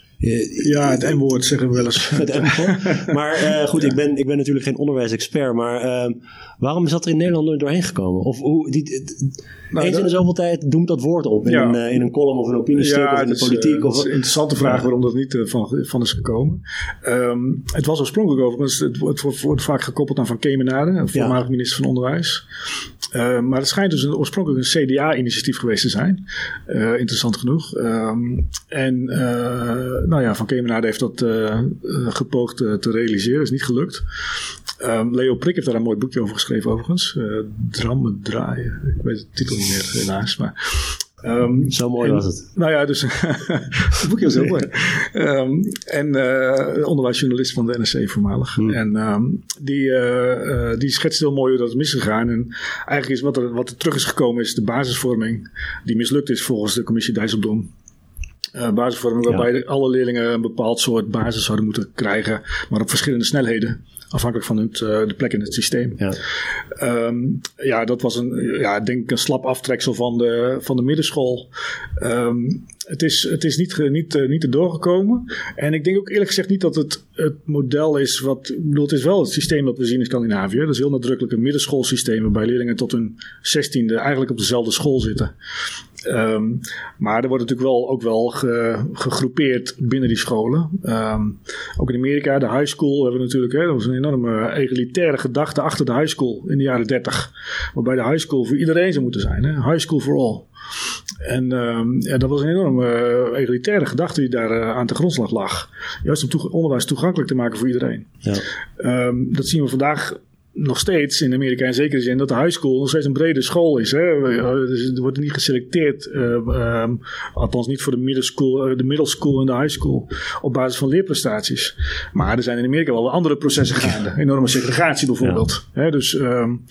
Uh, ja, het M-woord zeggen we wel eens. Het M-woord. Maar uh, goed, ik ben, ik ben natuurlijk geen onderwijsexpert, maar uh, waarom is dat er in Nederland nooit doorheen gekomen? Of hoe, die, die, nou, eens dat, in de zoveel tijd doemt dat woord op in, ja. een, uh, in een column of een opiniestuk ja, of in de is, politiek. Uh, of, dat is een interessante vraag ja. waarom dat niet uh, van, van is gekomen. Um, het was oorspronkelijk overigens, het, het wordt, wordt vaak gekoppeld aan Van Kemenade, voormalig ja. minister van Onderwijs. Uh, maar het schijnt dus een, oorspronkelijk een C D A-initiatief geweest te zijn. Uh, interessant genoeg. Um, en uh, nou ja, Van Kemenade heeft dat uh, gepoogd uh, te realiseren. Is niet gelukt. Um, Leo Prik heeft daar een mooi boekje over geschreven overigens. Uh, Drammen draaien. Ik weet de titel niet meer helaas. Maar Um, Zo mooi en, was het. Nou ja, dus het boekje was heel mooi. Um, en uh, onderwijsjournalist van de N R C voormalig. Hmm. En um, die, uh, uh, die schetst heel mooi hoe dat is misgegaan. En eigenlijk is wat er, wat er terug is gekomen is de basisvorming. Die mislukt is volgens de commissie Dijsselbloem. Uh, basisvorming waarbij ja. alle leerlingen een bepaald soort basis zouden moeten krijgen. Maar op verschillende snelheden. Afhankelijk van het, uh, de plek in het systeem. Ja, um, ja dat was een, ja, denk ik een slap aftreksel van de, van de middenschool. Um, Het is, het is niet, niet, uh, niet erdoor gekomen. En ik denk ook eerlijk gezegd niet dat het het model is wat... Ik bedoel, het is wel het systeem dat we zien in Scandinavië. Dat is heel nadrukkelijk een middenschoolsysteem waarbij leerlingen tot hun zestiende eigenlijk op dezelfde school zitten. Um, maar er wordt natuurlijk wel ook wel ge, gegroepeerd binnen die scholen. Um, ook in Amerika, de high school hebben we natuurlijk... Hè, dat was een enorme egalitaire gedachte achter de high school in de jaren dertig. Waarbij de high school voor iedereen zou moeten zijn. Hè? High school for all. En um, ja, dat was een enorme uh, egalitaire gedachte die daar uh, aan de grondslag lag. Juist om toe- onderwijs toegankelijk te maken voor iedereen. Ja. Um, dat zien we vandaag nog steeds in Amerika in zekere zin dat de high school nog steeds een brede school is. Hè? Er wordt niet geselecteerd, uh, um, althans niet voor de middle school, uh, de middle school en de high school, op basis van leerprestaties. Maar er zijn in Amerika wel andere processen gaande. Enorme segregatie bijvoorbeeld. Ja. Hè? Dus um,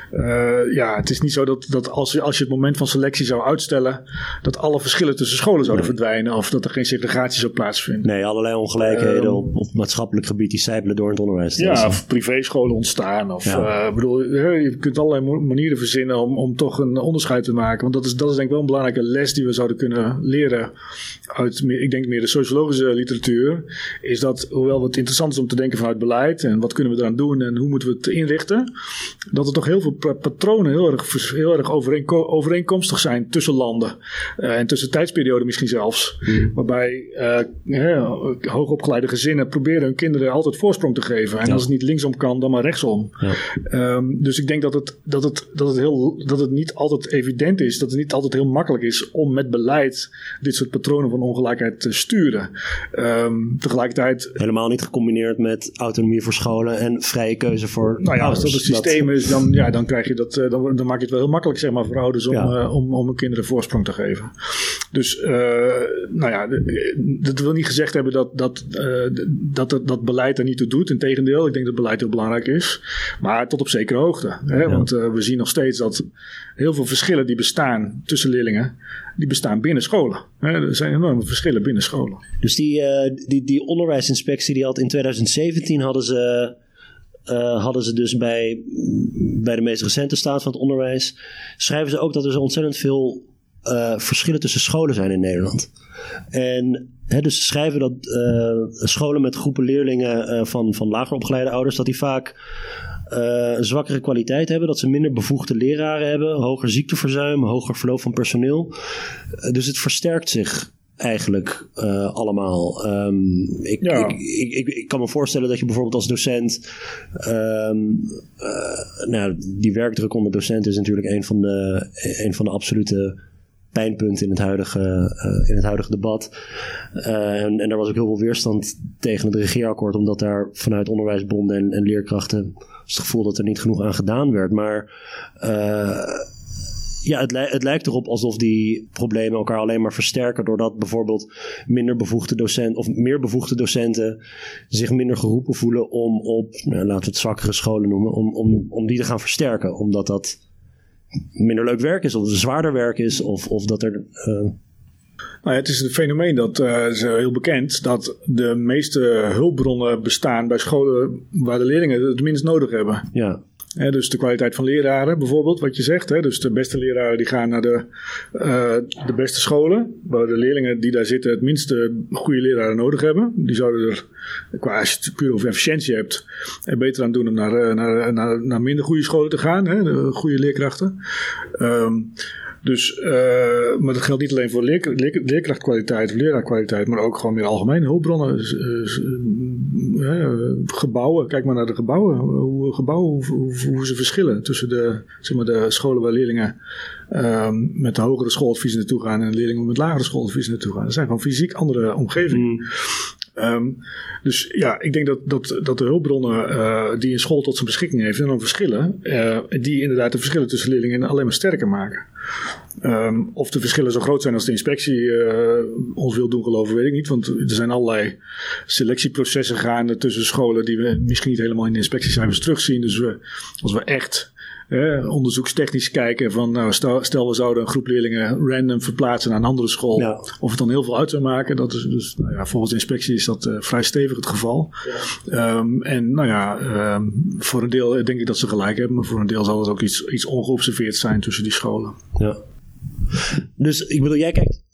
uh, ja, het is niet zo dat, dat als, je, als je het moment van selectie zou uitstellen, dat alle verschillen tussen scholen zouden nee. verdwijnen of dat er geen segregatie zou plaatsvinden. Nee, allerlei ongelijkheden um, op, op maatschappelijk gebied die sijpelen door het onderwijs. Ja, of privéscholen ontstaan. Of, ja. uh, bedoel, je kunt allerlei manieren verzinnen om, om toch een onderscheid te maken. Want dat is, dat is denk ik wel een belangrijke les die we zouden kunnen leren uit, ik denk meer de sociologische literatuur. Is dat, hoewel het interessant is om te denken vanuit beleid en wat kunnen we eraan doen en hoe moeten we het inrichten, dat er toch heel veel patronen heel erg, heel erg overeenko- overeenkomstig zijn tussen landen. Uh, en tussen tijdsperioden misschien zelfs. Mm. Waarbij uh, uh, hoogopgeleide gezinnen proberen hun kinderen altijd voorsprong te geven. En ja. als het niet linksom kan, dan maar rechtsom. Ja. Um, dus ik denk dat het, dat, het, dat, het heel, dat het niet altijd evident is, dat het niet altijd heel makkelijk is om met beleid dit soort patronen van ongelijkheid te sturen. Um, tegelijkertijd... Helemaal niet gecombineerd met autonomie voor scholen en vrije keuze voor Nou ja, ouders. als dat het systeem dat... is, dan, ja, dan krijg je dat, dan, dan maak je het wel heel makkelijk zeg maar, voor ouders om, ja. uh, om, om hun kinderen voorsprong te geven. Dus, uh, nou ja, dat wil niet gezegd hebben dat, dat, uh, dat, dat, dat beleid er niet toe doet. Integendeel, ik denk dat beleid heel belangrijk is. Maar tot op zekere hoogte. Hè? Ja. Want uh, we zien nog steeds dat heel veel verschillen die bestaan tussen leerlingen, die bestaan binnen scholen. Hè? Er zijn enorme verschillen binnen scholen. Dus die, uh, die, die onderwijsinspectie die had in twintig zeventien hadden ze... Uh, hadden ze dus bij, bij de meest recente staat van het onderwijs, schrijven ze ook dat er zo ontzettend veel uh, verschillen tussen scholen zijn in Nederland. En hè, dus ze schrijven dat uh, scholen met groepen leerlingen uh, van, van lager opgeleide ouders, dat die vaak uh, een zwakkere kwaliteit hebben, dat ze minder bevoegde leraren hebben, hoger ziekteverzuim, hoger verloop van personeel. Uh, dus het versterkt zich eigenlijk uh, allemaal. Um, ik, ja. ik, ik, ik, ik kan me voorstellen dat je bijvoorbeeld als docent um, uh, nou, die werkdruk onder docenten is natuurlijk een van de, een van de absolute pijnpunten in het huidige, uh, in het huidige debat. Uh, en, en daar was ook heel veel weerstand tegen het regeerakkoord, omdat daar vanuit onderwijsbonden en, en leerkrachten was het gevoel dat er niet genoeg aan gedaan werd. Maar uh, ja, het, li- het lijkt erop alsof die problemen elkaar alleen maar versterken, doordat bijvoorbeeld minder bevoegde docenten of meer bevoegde docenten zich minder geroepen voelen om op, nou, laten we het zwakkere scholen noemen, om, om, om die te gaan versterken. Omdat dat minder leuk werk is, of het zwaarder werk is, of, of dat er... Uh... Nou ja, het is een fenomeen dat uh, is heel bekend, dat de meeste hulpbronnen bestaan bij scholen waar de leerlingen het minst nodig hebben. Ja. He, dus de kwaliteit van leraren bijvoorbeeld, wat je zegt. He, dus de beste leraren die gaan naar de, uh, de beste scholen, waar de leerlingen die daar zitten het minste goede leraren nodig hebben. Die zouden er, qua als je het puur over efficiëntie hebt, er beter aan doen om naar, naar, naar, naar minder goede scholen te gaan. He, de goede leerkrachten. Um, Dus, uh, maar dat geldt niet alleen voor leer, leer, leerkrachtkwaliteit of leraarkwaliteit, maar ook gewoon meer algemeen hulpbronnen. Uh, uh, gebouwen, kijk maar naar de gebouwen. Hoe, gebouwen hoe, hoe, hoe ze verschillen tussen de, zeg maar de scholen waar leerlingen uh, met de hogere schooladviezen naartoe gaan en leerlingen met lagere schooladviezen naartoe gaan. Dat zijn gewoon fysiek andere omgevingen. Mm. Um, dus ja, ik denk dat, dat, dat de hulpbronnen uh, die een school tot zijn beschikking heeft en dan verschillen, uh, die inderdaad de verschillen tussen leerlingen alleen maar sterker maken. Um, of de verschillen zo groot zijn als de inspectie uh, ons wil doen geloven, weet ik niet. Want er zijn allerlei selectieprocessen gaande tussen scholen die we misschien niet helemaal in de inspectiecijfers terugzien. Dus we, als we echt eh, onderzoekstechnisch kijken van nou, stel, stel we zouden een groep leerlingen random verplaatsen naar een andere school. Ja. Of het dan heel veel uit zou maken. Dat is dus, nou ja, volgens de inspectie is dat uh, vrij stevig het geval. Ja. Um, en nou ja, um, voor een deel denk ik dat ze gelijk hebben. Maar voor een deel zal het ook iets, iets ongeobserveerd zijn tussen die scholen. Ja. Dus ik bedoel, jij kijkt,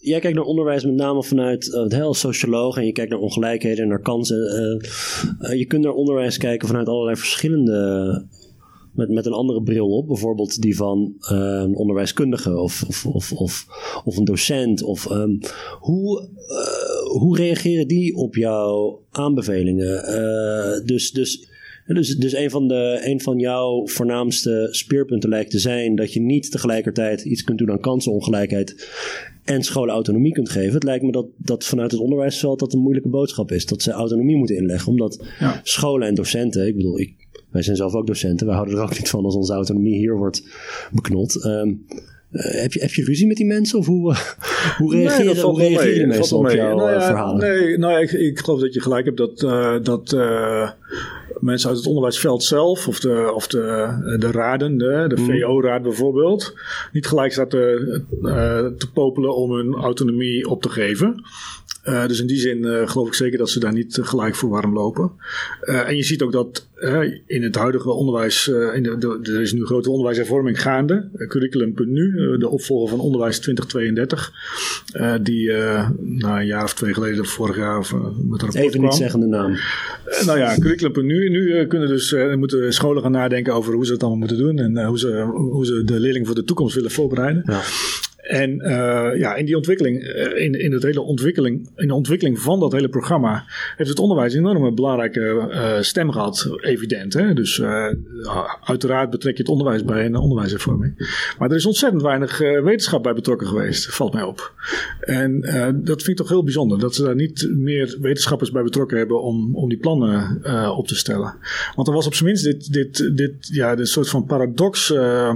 jij kijkt naar onderwijs met name vanuit uh, heel socioloog en je kijkt naar ongelijkheden en naar kansen. Uh, uh, je kunt naar onderwijs kijken vanuit allerlei verschillende, met, met een andere bril op. Bijvoorbeeld die van uh, een onderwijskundige of, of, of, of, of een docent. Of, um, hoe, uh, hoe reageren die op jouw aanbevelingen? Uh, dus... dus Dus, dus een, van de, een van jouw voornaamste speerpunten lijkt te zijn dat je niet tegelijkertijd iets kunt doen aan kansenongelijkheid en scholenautonomie kunt geven. Het lijkt me dat, dat vanuit het onderwijsveld dat een moeilijke boodschap is. Dat ze autonomie moeten inleggen. Omdat ja. scholen en docenten, ik bedoel, ik, wij zijn zelf ook docenten. Wij houden er ook niet van als onze autonomie hier wordt beknot. Um, Uh, heb, je, heb je ruzie met die mensen? Of hoe, uh, hoe reageren, nee, hoe reageren die mensen op jouw nou ja, verhalen? Nee, nou ja, ik, ik geloof dat je gelijk hebt dat, uh, dat uh, mensen uit het onderwijsveld zelf, of de, of de, de raden, de, de V O-raad bijvoorbeeld, niet gelijk staat te, uh, te popelen om hun autonomie op te geven. Uh, dus in die zin uh, geloof ik zeker dat ze daar niet uh, gelijk voor warm lopen. Uh, en je ziet ook dat uh, in het huidige onderwijs, uh, in de, de, er is nu grote onderwijshervorming gaande. Uh, Curriculum punt nu, uh, de opvolger van Onderwijs twintig tweeëndertig. Uh, die uh, nou, een jaar of twee geleden, of vorig jaar, of, uh, met een rapport Even kwam. niet zeggen de naam. Uh, nou ja, Curriculum punt nu. Nu uh, kunnen dus, uh, moeten scholen gaan nadenken over hoe ze het allemaal moeten doen. En uh, hoe, ze, hoe ze de leerlingen voor de toekomst willen voorbereiden. Ja. En uh, ja, in die ontwikkeling, uh, in, in, het hele ontwikkeling, in de ontwikkeling van dat hele programma heeft het onderwijs een enorme belangrijke uh, stem gehad, evident. Hè? Dus uh, uiteraard betrek je het onderwijs bij een onderwijshervorming. Maar er is ontzettend weinig uh, wetenschap bij betrokken geweest, valt mij op. En uh, dat vind ik toch heel bijzonder, dat ze daar niet meer wetenschappers bij betrokken hebben om, om die plannen uh, op te stellen. Want er was op zijn minst dit, dit, dit, ja, dit soort van paradox... Uh,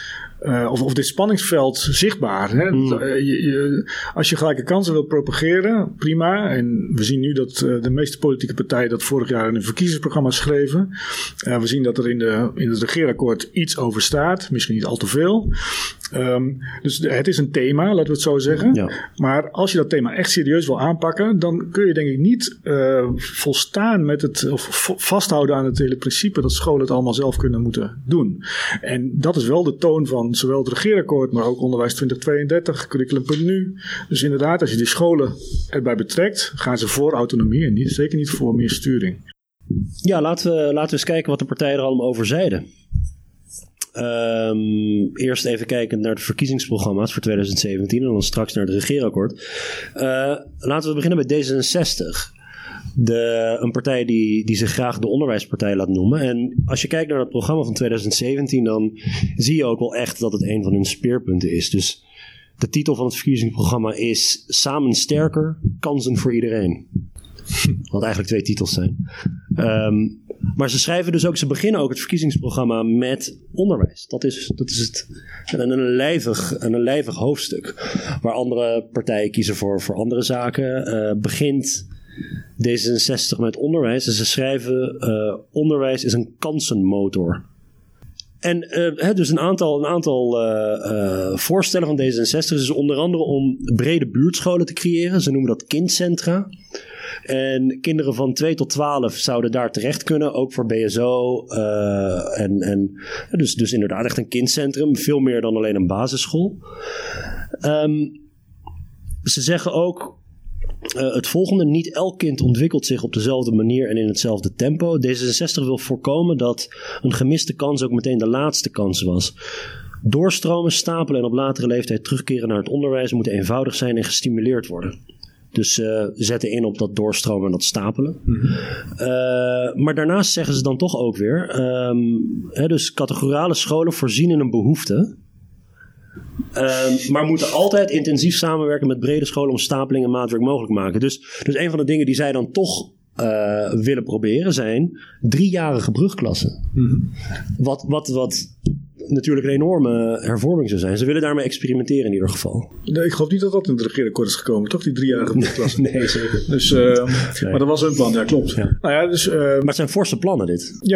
Uh, of, of dit spanningsveld zichtbaar. Hè? Mm. Uh, je, je, als je gelijke kansen wilt propageren, prima. En we zien nu dat uh, de meeste politieke partijen dat vorig jaar in een verkiezingsprogramma schreven. Uh, we zien dat er in, de, in het regeerakkoord iets over staat. Misschien niet al te veel. Um, dus het is een thema, laten we het zo zeggen. Ja. Maar als je dat thema echt serieus wil aanpakken, dan kun je denk ik niet uh, volstaan met het, of vasthouden aan het hele principe dat scholen het allemaal zelf kunnen moeten doen. En dat is wel de toon van zowel het regeerakkoord, maar ook Onderwijs twintig tweeëndertig, Curriculum punt nu. Dus inderdaad, als je die scholen erbij betrekt, gaan ze voor autonomie en niet, zeker niet voor meer sturing. Ja, laten we, laten we eens kijken wat de partijen er allemaal over zeiden. Um, eerst even kijken naar de verkiezingsprogramma's voor twintig zeventien en dan straks naar het regeerakkoord. Uh, laten we beginnen bij D zesenzestig. De, een partij die, die zich graag de onderwijspartij laat noemen. En als je kijkt naar het programma van twintig zeventien, dan zie je ook wel echt dat het een van hun speerpunten is. Dus de titel van het verkiezingsprogramma is Samen sterker, kansen voor iedereen. Wat eigenlijk twee titels zijn. Um, maar ze schrijven dus ook, ze beginnen ook het verkiezingsprogramma met onderwijs. Dat is, dat is het, een, een, lijvig, een lijvig hoofdstuk. Waar andere partijen kiezen voor, voor andere zaken. Uh, begint D zesenzestig met onderwijs. En ze schrijven, uh, onderwijs is een kansenmotor. En uh, he, dus een aantal, een aantal uh, uh, voorstellen van D zesenzestig is onder andere om brede buurtscholen te creëren. Ze noemen dat kindcentra. En kinderen van twee tot twaalf zouden daar terecht kunnen, ook voor B S O. Uh, en, en, dus, dus inderdaad echt een kindcentrum, veel meer dan alleen een basisschool. Um, ze zeggen ook uh, het volgende: niet elk kind ontwikkelt zich op dezelfde manier en in hetzelfde tempo. D zesenzestig wil voorkomen dat een gemiste kans ook meteen de laatste kans was. Doorstromen, stapelen en op latere leeftijd terugkeren naar het onderwijs moeten eenvoudig zijn en gestimuleerd worden. Dus uh, zetten in op dat doorstromen en dat stapelen. Mm-hmm. Uh, maar daarnaast zeggen ze dan toch ook weer, Um, hè, dus categorale scholen voorzien in een behoefte. Uh, maar moeten altijd intensief samenwerken met brede scholen om stapeling en maatwerk mogelijk te maken. Dus, dus een van de dingen die zij dan toch uh, willen proberen zijn driejarige brugklassen. Mm-hmm. Wat, wat, wat natuurlijk een enorme hervorming zou zijn. Ze willen daarmee experimenteren in ieder geval. Nee, ik geloof niet dat dat in het regeerakkoord is gekomen, toch? Die driejarige brugklassen. Nee, zeker. Dus, uh, nee. Maar dat was hun plan, ja, klopt. Ja. Nou ja, dus, uh, maar het zijn forse plannen, dit. Ja,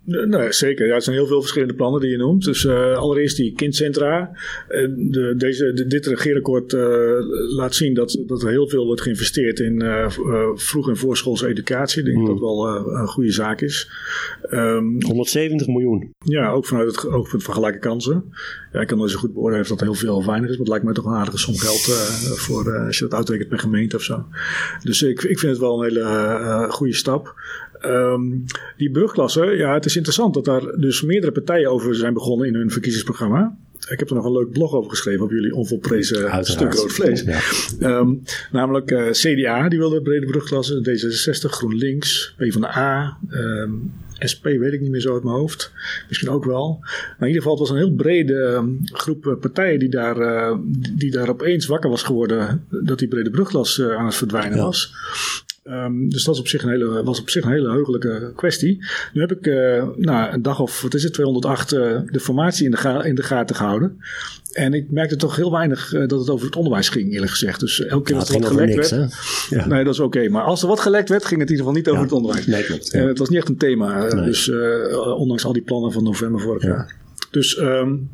Nee, zeker. Ja, er zijn heel veel verschillende plannen die je noemt. Dus uh, allereerst die kindcentra. Uh, de, deze, de, dit regeerakkoord uh, laat zien dat, dat er heel veel wordt geïnvesteerd in uh, uh, vroeg- en voorschoolse educatie. Ik denk mm. dat dat wel uh, een goede zaak is. Um, honderdzeventig miljoen. Ja, ook vanuit het oogpunt van gelijke kansen. Ja, ik kan nooit zo goed beoordelen of dat heel veel of weinig is. Maar het lijkt mij toch een aardige som geld uh, voor uh, als je dat uitrekent per gemeente of zo. Dus ik, ik vind het wel een hele uh, goede stap. Um, die brugklasse, ja, het is interessant dat daar dus meerdere partijen over zijn begonnen in hun verkiezingsprogramma. Ik heb er nog een leuk blog over geschreven op jullie onvolprezen stuk rood vlees. Ja. Um, namelijk uh, C D A, die wilde brede brugklasse, D zesenzestig, GroenLinks, PvdA, um, S P weet ik niet meer zo uit mijn hoofd. Misschien ook wel. Maar in ieder geval, het was een heel brede um, groep partijen die daar, uh, die daar opeens wakker was geworden dat die brede brugklas uh, aan het verdwijnen ja. was. Um, dus dat was op zich een hele, was op zich een hele heugelijke kwestie. Nu heb ik uh, nou, een dag of, wat is het, tweehonderdacht uh, de formatie in de, ga- in de gaten gehouden. En ik merkte toch heel weinig uh, dat het over het onderwijs ging, eerlijk gezegd. Dus elke keer ja, dat er wat gelekt niks, werd... Ja. Nee, dat is oké. Okay. Maar als er wat gelekt werd, ging het in ieder geval niet over ja. het onderwijs. Nee, klopt. Ja. Uh, het was niet echt een thema. Nee. Dus uh, ondanks al die plannen van november vorig jaar. Ja. Dus... Um,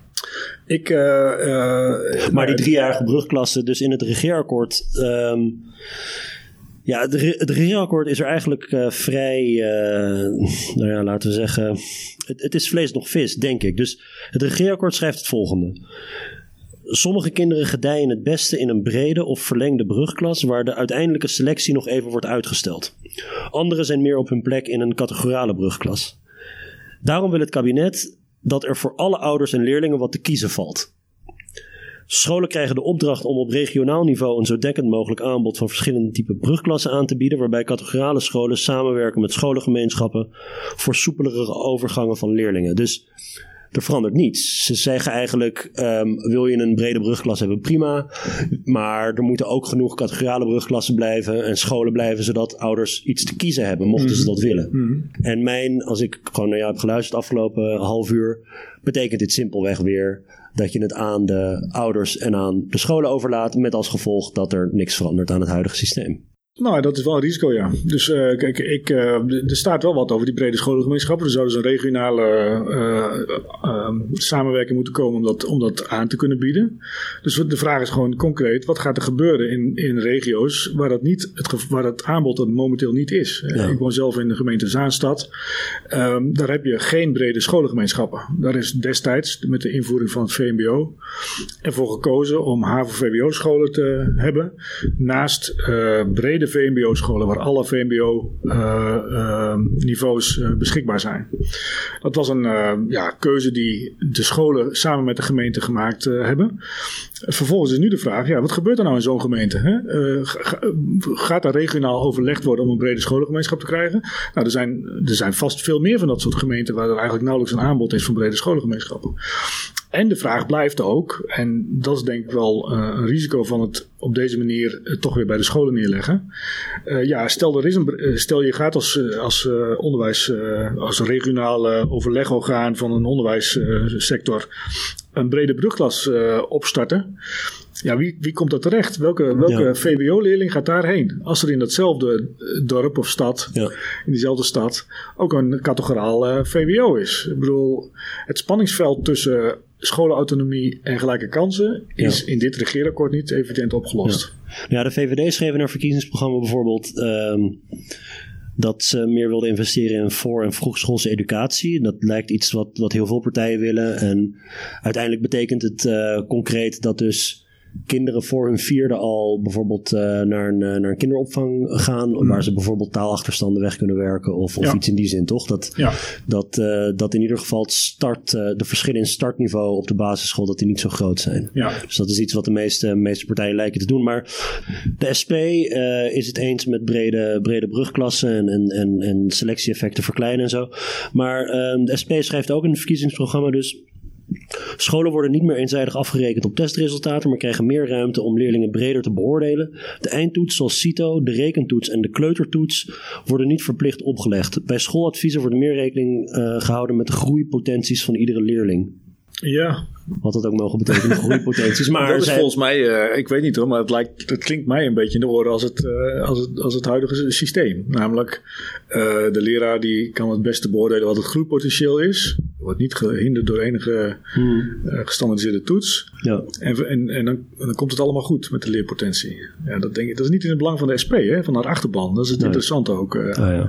Ik, uh, uh, maar die driejarige brugklasse, dus in het regeerakkoord... Um, ja, het, re- het regeerakkoord is er eigenlijk uh, vrij... Uh, nou ja, laten we zeggen... Het, het is vlees nog vis, denk ik. Dus het regeerakkoord schrijft het volgende. Sommige kinderen gedijen het beste in een brede of verlengde brugklas... waar de uiteindelijke selectie nog even wordt uitgesteld. Anderen zijn meer op hun plek in een categorale brugklas. Daarom wil het kabinet... dat er voor alle ouders en leerlingen wat te kiezen valt. Scholen krijgen de opdracht om op regionaal niveau een zo dekkend mogelijk aanbod van verschillende typen brugklassen aan te bieden, waarbij categorale scholen samenwerken met scholengemeenschappen voor soepelere overgangen van leerlingen. Dus er verandert niets. Ze zeggen eigenlijk, um, wil je een brede brugklas hebben, prima. Maar er moeten ook genoeg categorale brugklassen blijven en scholen blijven, zodat ouders iets te kiezen hebben, mochten mm. ze dat willen. Mm. En mijn, als ik gewoon naar jou heb geluisterd afgelopen half uur, betekent dit simpelweg weer dat je het aan de ouders en aan de scholen overlaat, met als gevolg dat er niks verandert aan het huidige systeem. Nou, dat is wel een risico, ja. Dus uh, kijk, ik, uh, er staat wel wat over die brede scholengemeenschappen. Er zou dus een regionale uh, uh, samenwerking moeten komen om dat, om dat aan te kunnen bieden. Dus de vraag is gewoon concreet, wat gaat er gebeuren in, in regio's waar dat, niet het, waar dat aanbod er momenteel niet is? Ja. Ik woon zelf in de gemeente Zaanstad. Um, daar heb je geen brede scholengemeenschappen. Daar is destijds met de invoering van het V M B O ervoor gekozen om H A V O-V W O-scholen te hebben. Naast uh, brede de V M B O-scholen waar alle V M B O-niveaus uh, uh, uh, beschikbaar zijn. Dat was een uh, ja, keuze die de scholen samen met de gemeente gemaakt uh, hebben. Vervolgens is nu de vraag, ja, wat gebeurt er nou in zo'n gemeente? Hè? Uh, ga, gaat daar regionaal overlegd worden om een brede scholengemeenschap te krijgen? Nou, er zijn, er zijn vast veel meer van dat soort gemeenten waar er eigenlijk nauwelijks een aanbod is van brede scholengemeenschappen. En de vraag blijft ook, en dat is denk ik wel uh, een risico van het op deze manier uh, toch weer bij de scholen neerleggen. Uh, ja, stel, er is een, uh, stel je gaat als, uh, als uh, onderwijs, uh, als regionaal uh, overlegorgaan van een onderwijssector uh, een brede brugklas uh, opstarten. Ja, wie, wie komt daar terecht? Welke, welke ja. V W O-leerling gaat daarheen? Als er in datzelfde dorp of stad, ja. in diezelfde stad, ook een categoraal uh, V W O is. Ik bedoel, het spanningsveld tussen scholenautonomie en gelijke kansen is ja. in dit regeerakkoord niet evident opgelost. Ja, ja, de V V D schreef in haar verkiezingsprogramma bijvoorbeeld um, dat ze meer wilden investeren in voor- en vroegschoolse educatie. Dat lijkt iets wat, wat heel veel partijen willen. En uiteindelijk betekent het uh, concreet dat dus kinderen voor hun vierde al bijvoorbeeld uh, naar, een, naar een kinderopvang gaan, mm. waar ze bijvoorbeeld taalachterstanden weg kunnen werken of, of ja. iets in die zin, toch? Dat, ja. dat, uh, dat in ieder geval het start, uh, de verschillen in startniveau op de basisschool, dat die niet zo groot zijn. Ja. Dus dat is iets wat de meeste, meeste partijen lijken te doen. Maar de S P uh, is het eens met brede, brede brugklassen en, en, en, en selectie-effecten verkleinen en zo. Maar uh, de S P schrijft ook in het verkiezingsprogramma dus: scholen worden niet meer eenzijdig afgerekend op testresultaten, maar krijgen meer ruimte om leerlingen breder te beoordelen. De eindtoets zoals CITO, de rekentoets en de kleutertoets worden niet verplicht opgelegd. Bij schooladviezen wordt meer rekening uh, gehouden met de groeipotenties van iedere leerling. Ja, Wat dat ook mogen betekenen, groeipotenties. Maar dat is zij... volgens mij, uh, ik weet niet hoor, maar het, lijkt, het klinkt mij een beetje in de oren als het, uh, als het, als het huidige systeem. Namelijk, uh, de leraar die kan het beste beoordelen wat het groeipotentieel is. Wordt niet gehinderd door enige hmm. uh, gestandardiseerde toets. Ja. En, en, en, dan, en dan komt het allemaal goed met de leerpotentie. Ja, dat, denk ik, dat is niet in het belang van de S P, hè, van haar achterban. Dat is het nee. interessante ook. Uh. Oh, ja.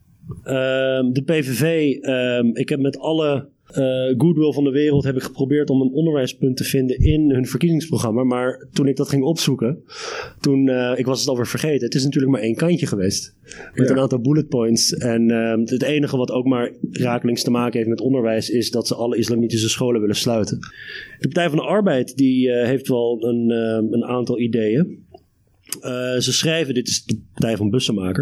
uh, de P V V, uh, ik heb met alle... Uh, goodwill van de wereld heb ik geprobeerd om een onderwijspunt te vinden in hun verkiezingsprogramma. Maar toen ik dat ging opzoeken, toen, uh, ik was het alweer vergeten. Het is natuurlijk maar één kantje geweest. Met ja. een aantal bullet points. En uh, het enige wat ook maar rakelings te maken heeft met onderwijs is dat ze alle islamitische scholen willen sluiten. De Partij van de Arbeid die uh, heeft wel een, uh, een aantal ideeën. Uh, ze schrijven, dit is de partij van Bussemaker.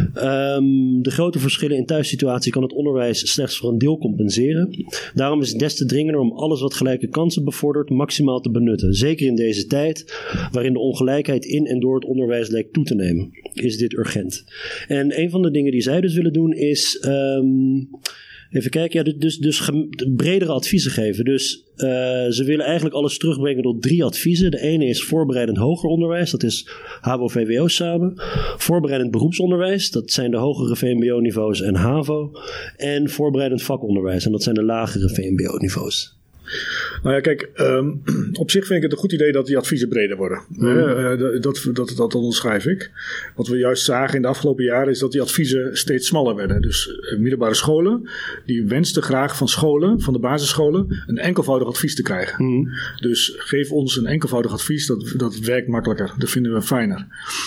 Um, de grote verschillen in thuissituatie kan het onderwijs slechts voor een deel compenseren. Daarom is het des te dringender om alles wat gelijke kansen bevordert maximaal te benutten. Zeker in deze tijd, waarin de ongelijkheid in en door het onderwijs lijkt toe te nemen, is dit urgent. En een van de dingen die zij dus willen doen is... Um, Even kijken, ja, dus, dus ge- bredere adviezen geven. Dus uh, ze willen eigenlijk alles terugbrengen tot drie adviezen. De ene is voorbereidend hoger onderwijs, dat is H A V O-V W O samen. Voorbereidend beroepsonderwijs, dat zijn de hogere V M B O-niveaus en HAVO. En voorbereidend vakonderwijs, en dat zijn de lagere V M B O-niveaus. Nou ja, kijk, um, op zich vind ik het een goed idee dat die adviezen breder worden. Mm. Uh, dat, dat, dat, dat onderschrijf ik. Wat we juist zagen in de afgelopen jaren is dat die adviezen steeds smaller werden. Dus uh, middelbare scholen, die wensten graag van scholen, van de basisscholen, een enkelvoudig advies te krijgen. Mm. Dus geef ons een enkelvoudig advies, dat, dat werkt makkelijker. Dat vinden we fijner.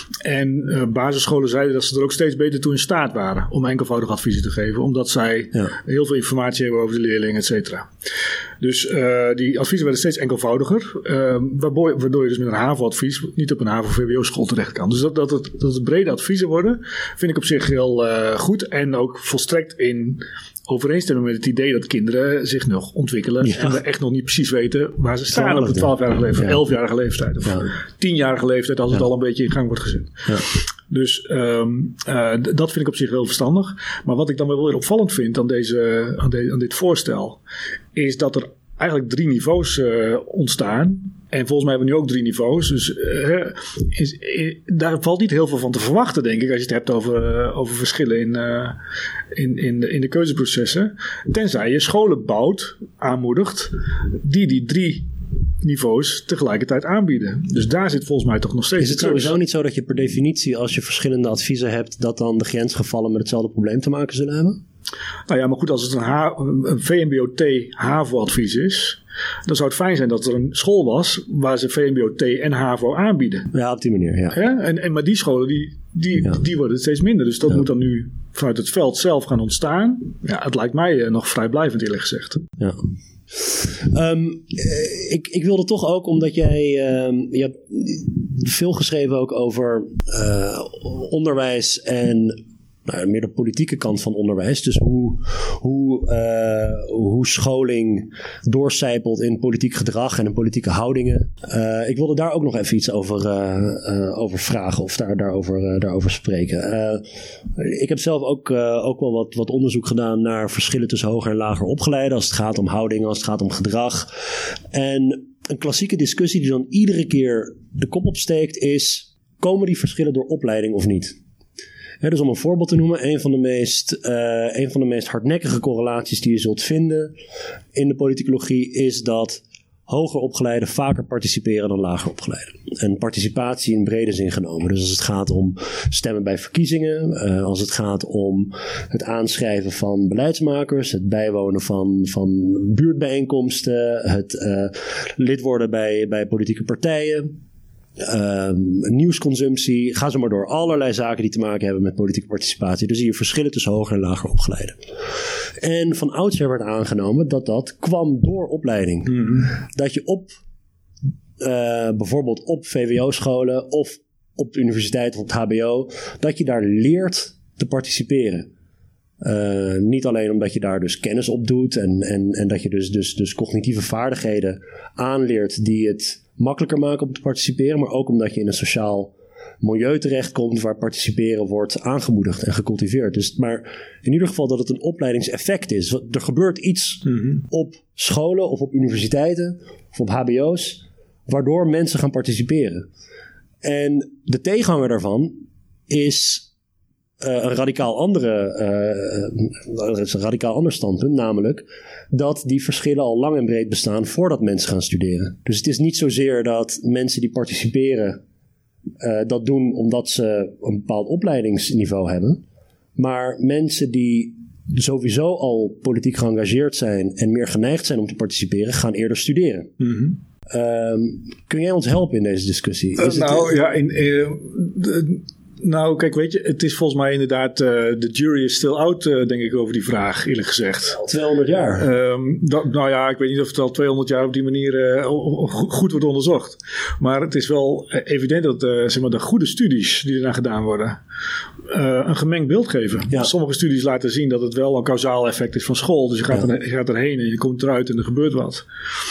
En uh, basisscholen zeiden dat ze er ook steeds beter toe in staat waren om enkelvoudig adviezen te geven. Omdat zij ja. heel veel informatie hebben over de leerling, et cetera. Dus uh, die adviezen werden steeds enkelvoudiger. Uh, waardoor, waardoor je dus met een HAVO-advies niet op een HAVO-V W O-school terecht kan. Dus dat, dat, het, dat het brede adviezen worden, vind ik op zich heel uh, goed. En ook volstrekt in overeenstemming met het idee dat kinderen zich nog ontwikkelen. Ja. En we echt nog niet precies weten waar ze staan op de twaalfjarige leeftijd, ja. elfjarige leeftijd. Of ja. tienjarige leeftijd als ja. het al een beetje in gang wordt gezet. Ja. Dus um, uh, d- dat vind ik op zich heel verstandig. Maar wat ik dan wel weer opvallend vind aan, deze, aan, de, aan dit voorstel, is dat er eigenlijk drie niveaus uh, ontstaan. En volgens mij hebben we nu ook drie niveaus. Dus uh, is, is, daar valt niet heel veel van te verwachten, denk ik, als je het hebt over, uh, over verschillen in, uh, in, in, de, in de keuzeprocessen. Tenzij je scholen bouwt, aanmoedigt, die die drie niveaus tegelijkertijd aanbieden. Dus daar zit volgens mij toch nog steeds... Is het sowieso niet zo dat je per definitie, als je verschillende adviezen hebt, dat dan de grensgevallen met hetzelfde probleem te maken zullen hebben? Nou ja, maar goed, als het een, H- een V M B O T HAVO-advies is, dan zou het fijn zijn dat er een school was waar ze V M B O T en HAVO aanbieden. Ja, op die manier, ja. ja? En, en, maar die scholen, die, die, ja. die worden steeds minder. Dus dat ja. moet dan nu vanuit het veld zelf gaan ontstaan. Ja, het lijkt mij nog vrijblijvend, eerlijk gezegd. Ja. Um, ik, ik wilde toch ook, omdat jij um, je hebt veel geschreven ook over uh, onderwijs en nou, meer de politieke kant van onderwijs. Dus hoe, hoe, uh, hoe scholing doorcijpelt in politiek gedrag en in politieke houdingen. Uh, ik wilde daar ook nog even iets over, uh, uh, over vragen of daar, daarover, uh, daarover spreken. Uh, ik heb zelf ook, uh, ook wel wat, wat onderzoek gedaan naar verschillen tussen hoger en lager opgeleiden. Als het gaat om houdingen, als het gaat om gedrag. En een klassieke discussie die dan iedere keer de kop opsteekt is: komen die verschillen door opleiding of niet? He, dus om een voorbeeld te noemen, een van de meest, uh, een van de meest hardnekkige correlaties die je zult vinden in de politicologie is dat hoger opgeleiden vaker participeren dan lager opgeleiden. En participatie in brede zin genomen. Dus als het gaat om stemmen bij verkiezingen, uh, als het gaat om het aanschrijven van beleidsmakers, het bijwonen van, van buurtbijeenkomsten, het uh, lid worden bij, bij politieke partijen. Um, nieuwsconsumptie, ga zo maar door. Allerlei zaken die te maken hebben met politieke participatie. Dus zie je verschillen tussen hoger en lager opgeleiden. En van oudsher werd aangenomen dat dat kwam door opleiding. Mm-hmm. Dat je op uh, bijvoorbeeld op V W O-scholen of op de universiteit of op het H B O, dat je daar leert te participeren. Uh, niet alleen omdat je daar dus kennis op doet en, en, en dat je dus, dus, dus cognitieve vaardigheden aanleert die het makkelijker maken om te participeren, maar ook omdat je in een sociaal milieu terechtkomt waar participeren wordt aangemoedigd en gecultiveerd. Dus, maar in ieder geval dat het een opleidingseffect is. Er gebeurt iets mm-hmm. op scholen of op universiteiten of op H B O's waardoor mensen gaan participeren. En de tegenhanger daarvan is uh, een radicaal andere, uh, een radicaal ander standpunt, namelijk dat die verschillen al lang en breed bestaan voordat mensen gaan studeren. Dus het is niet zozeer dat mensen die participeren uh, dat doen omdat ze een bepaald opleidingsniveau hebben, maar mensen die sowieso al politiek geëngageerd zijn en meer geneigd zijn om te participeren, gaan eerder studeren. Mm-hmm. Um, kun jij ons helpen in deze discussie? Uh, nou het, ja, in, uh, de, nou kijk, weet je, het is volgens mij inderdaad, uh, de jury is still out, uh, denk ik, over die vraag, eerlijk gezegd. Al tweehonderd jaar. Um, dat, nou ja, ik weet niet of het al tweehonderd jaar op die manier uh, goed wordt onderzocht. Maar het is wel evident dat uh, zeg maar, de goede studies die eraan gedaan worden, Uh, een gemengd beeld geven. Ja. Sommige studies laten zien dat het wel een kausaal effect is van school. Dus je gaat, ja. er, je gaat erheen en je komt eruit en er gebeurt wat.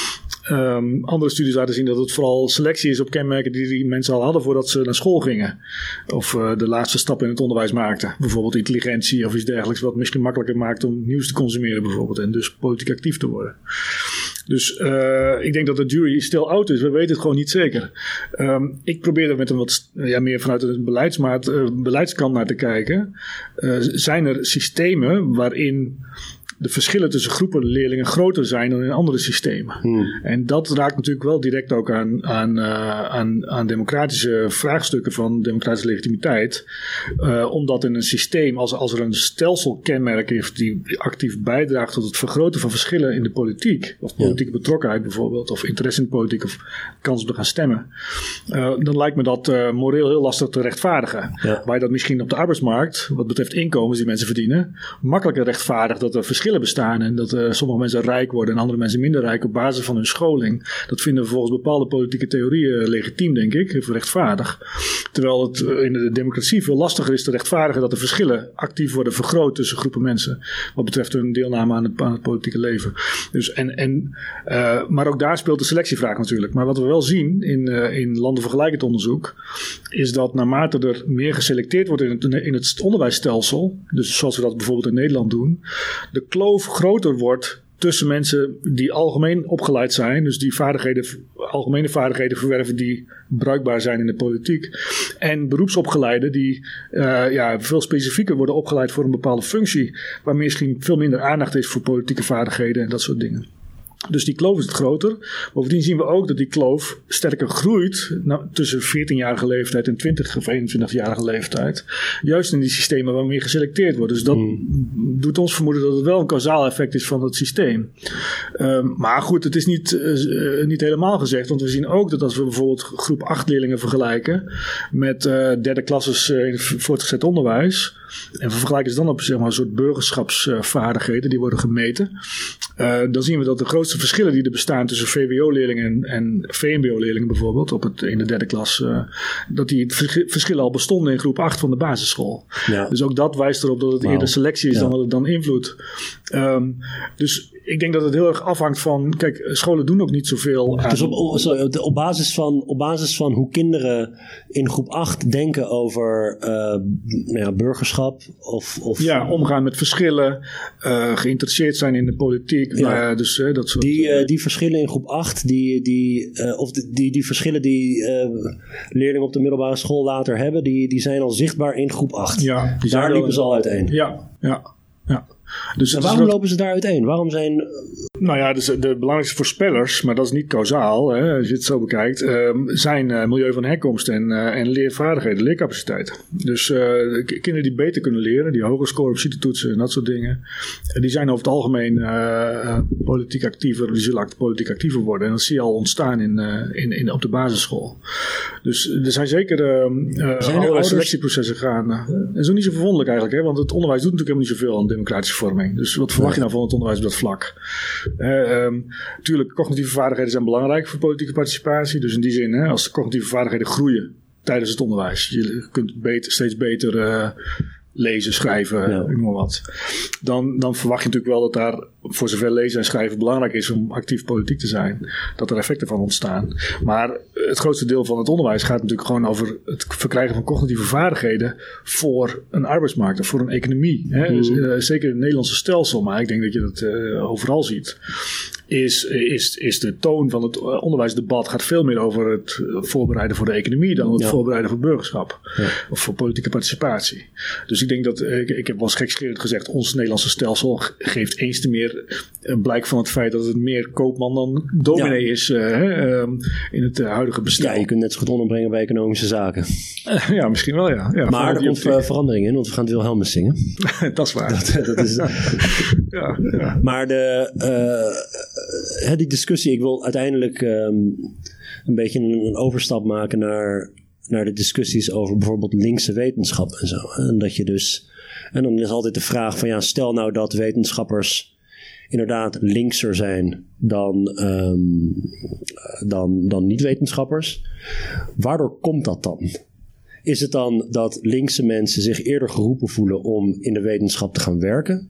Um, andere studies laten zien dat het vooral selectie is op kenmerken die die mensen al hadden voordat ze naar school gingen. Of uh, de laatste stap in het onderwijs maakten. Bijvoorbeeld intelligentie of iets dergelijks wat misschien makkelijker maakt om nieuws te consumeren bijvoorbeeld. En dus politiek actief te worden. Dus uh, ik denk dat de jury still out is. We weten het gewoon niet zeker. Um, ik probeer er met een wat ja, meer vanuit een beleidsmaat, uh, beleidskant naar te kijken. Uh, zijn er systemen waarin de verschillen tussen groepen leerlingen groter zijn dan in andere systemen. Hmm. En dat raakt natuurlijk wel direct ook aan, aan, uh, aan, aan democratische vraagstukken van democratische legitimiteit. Uh, omdat in een systeem, als, als er een stelselkenmerk is die actief bijdraagt tot het vergroten van verschillen in de politiek, of politieke ja. betrokkenheid bijvoorbeeld, of interesse in de politiek, of kans om te gaan stemmen, uh, dan lijkt me dat uh, moreel heel lastig te rechtvaardigen. Ja. Waar je dat misschien op de arbeidsmarkt, wat betreft inkomens die mensen verdienen, makkelijker rechtvaardigt dat er verschillen bestaan en dat uh, sommige mensen rijk worden en andere mensen minder rijk op basis van hun scholing. Dat vinden we volgens bepaalde politieke theorieën legitiem, denk ik, of rechtvaardig. Terwijl het uh, in de democratie veel lastiger is te rechtvaardigen dat de verschillen actief worden vergroot tussen groepen mensen wat betreft hun deelname aan het, aan het politieke leven. Dus en, en, uh, maar ook daar speelt de selectievraag natuurlijk. Maar wat we wel zien in, uh, in landenvergelijkend onderzoek is dat naarmate er meer geselecteerd wordt in het, in het onderwijsstelsel, dus zoals we dat bijvoorbeeld in Nederland doen, de kloof groter wordt tussen mensen die algemeen opgeleid zijn, dus die vaardigheden, algemene vaardigheden verwerven die bruikbaar zijn in de politiek, en beroepsopgeleiden die uh, ja, veel specifieker worden opgeleid voor een bepaalde functie, waar misschien veel minder aandacht is voor politieke vaardigheden en dat soort dingen. Dus die kloof is het groter. Bovendien zien we ook dat die kloof sterker groeit nou, tussen veertienjarige leeftijd en twintig of eenentwintigjarige leeftijd. Juist in die systemen waar meer geselecteerd wordt. Dus dat mm. doet ons vermoeden dat het wel een kausaal effect is van het systeem. Um, maar goed, het is niet, uh, niet helemaal gezegd. Want we zien ook dat als we bijvoorbeeld groep acht leerlingen vergelijken met uh, derde klasses uh, in het voortgezet onderwijs. En we vergelijken ze dan op zeg maar, een soort burgerschapsvaardigheden die worden gemeten. Uh, dan zien we dat de grootste verschillen die er bestaan tussen V W O-leerlingen en, en V M B O-leerlingen bijvoorbeeld op het, in de derde klas, uh, dat die verschillen al bestonden in groep acht van de basisschool. Ja. Dus ook dat wijst erop dat het wow. eerder selectie is ja. dan dat het dan invloed. Um, dus ik denk dat het heel erg afhangt van, kijk, scholen doen ook niet zoveel aan. Dus op, op, sorry, op, basis van, op basis van hoe kinderen in groep acht denken over uh, nou ja, burgerschap of, of... Ja, omgaan met verschillen, uh, geïnteresseerd zijn in de politiek. Ja. Uh, dus, uh, dat soort, die, uh, die verschillen in groep acht, die, die, uh, of die, die, die verschillen die uh, leerlingen op de middelbare school later hebben, die, die zijn al zichtbaar in groep acht. Ja, die Daar liepen ze al uiteen. Ja, ja, ja. Dus, en waarom dus lopen ze daar uiteen? Waarom zijn... Nou ja, dus de belangrijkste voorspellers, maar dat is niet kausaal, hè, als je het zo bekijkt, uh, zijn uh, milieu van herkomst en, uh, en leervaardigheden, leercapaciteit. Dus uh, kinderen die beter kunnen leren, die hoger scoren op CITO-toetsen en dat soort dingen, uh, die zijn over het algemeen uh, politiek actiever, die zullen politiek actiever worden. En dat zie je al ontstaan in, uh, in, in, op de basisschool. Dus er zijn zeker uh, uh, allerlei selectieprocessen gaan. Uh, dat is ook niet zo verwonderlijk eigenlijk, hè, want het onderwijs doet natuurlijk helemaal niet zoveel aan democratische vorming. Dus wat verwacht je nou van het onderwijs op dat vlak? Uh, um, tuurlijk, cognitieve vaardigheden zijn belangrijk voor politieke participatie. Dus in die zin, hè, als de cognitieve vaardigheden groeien tijdens het onderwijs. Je kunt beter, steeds beter uh, lezen, schrijven, ja. noem maar wat. Dan, dan verwacht je natuurlijk wel dat daar voor zover lezen en schrijven belangrijk is om actief politiek te zijn, dat er effecten van ontstaan. Maar het grootste deel van het onderwijs gaat natuurlijk gewoon over het verkrijgen van cognitieve vaardigheden voor een arbeidsmarkt of voor een economie. Hè? Mm. Dus, uh, zeker in het Nederlandse stelsel, maar ik denk dat je dat uh, overal ziet. Is, is, is de toon van het onderwijsdebat gaat veel meer over het voorbereiden voor de economie dan het ja. voorbereiden voor burgerschap. Ja. Of voor politieke participatie. Dus ik denk dat, ik, ik heb wel eens gekscherend gezegd, ons Nederlandse stelsel geeft eens te meer een blijk van het feit dat het meer koopman dan dominee ja. is uh, um, in het uh, huidige bestel. Ja, je kunt net zo goed onderbrengen bij economische zaken. Uh, ja, misschien wel ja. ja maar er komt uh, verandering in, want we gaan het Wilhelmus zingen. Dat is waar. Dat, dat is, ja, ja. Maar de, uh, die discussie, ik wil uiteindelijk um, een beetje een, een overstap maken naar, naar de discussies over bijvoorbeeld linkse wetenschap en zo. En dat je dus, en dan is altijd de vraag van ja, stel nou dat wetenschappers inderdaad linkser zijn dan, um, dan, dan niet-wetenschappers. Waardoor komt dat dan? Is het dan dat linkse mensen zich eerder geroepen voelen om in de wetenschap te gaan werken?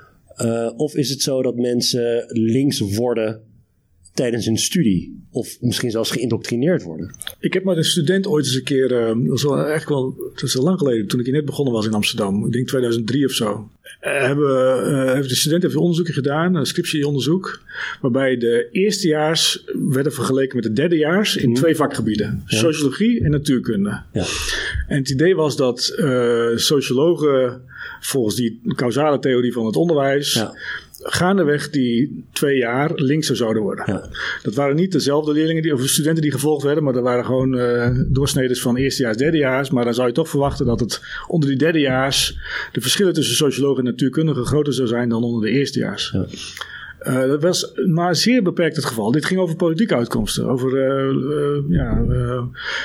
Uh, of is het zo dat mensen links worden tijdens hun studie? Of misschien zelfs geïndoctrineerd worden? Ik heb met een student ooit eens een keer, uh, dat is wel echt wel, het is al lang geleden, toen ik hier net begonnen was in Amsterdam, ik denk tweeduizend drie of zo. Uh, hebben, uh, heeft de student heeft onderzoeken gedaan, een scriptieonderzoek, waarbij de eerstejaars werden vergeleken met de derdejaars in mm. twee vakgebieden. Ja. Sociologie en natuurkunde. Ja. En het idee was dat uh, sociologen volgens die causale theorie van het onderwijs ja. gaandeweg die twee jaar linkser zouden worden. Ja. Dat waren niet dezelfde leerlingen die, of studenten die gevolgd werden, maar dat waren gewoon uh, doorsneders van eerstejaars, derdejaars. Maar dan zou je toch verwachten dat het onder die derdejaars de verschillen tussen sociologen en natuurkundigen groter zou zijn dan onder de eerstejaars. Ja. Uh, dat was maar zeer beperkt het geval. Dit ging over politieke uitkomsten. Over uh, uh, ja, uh,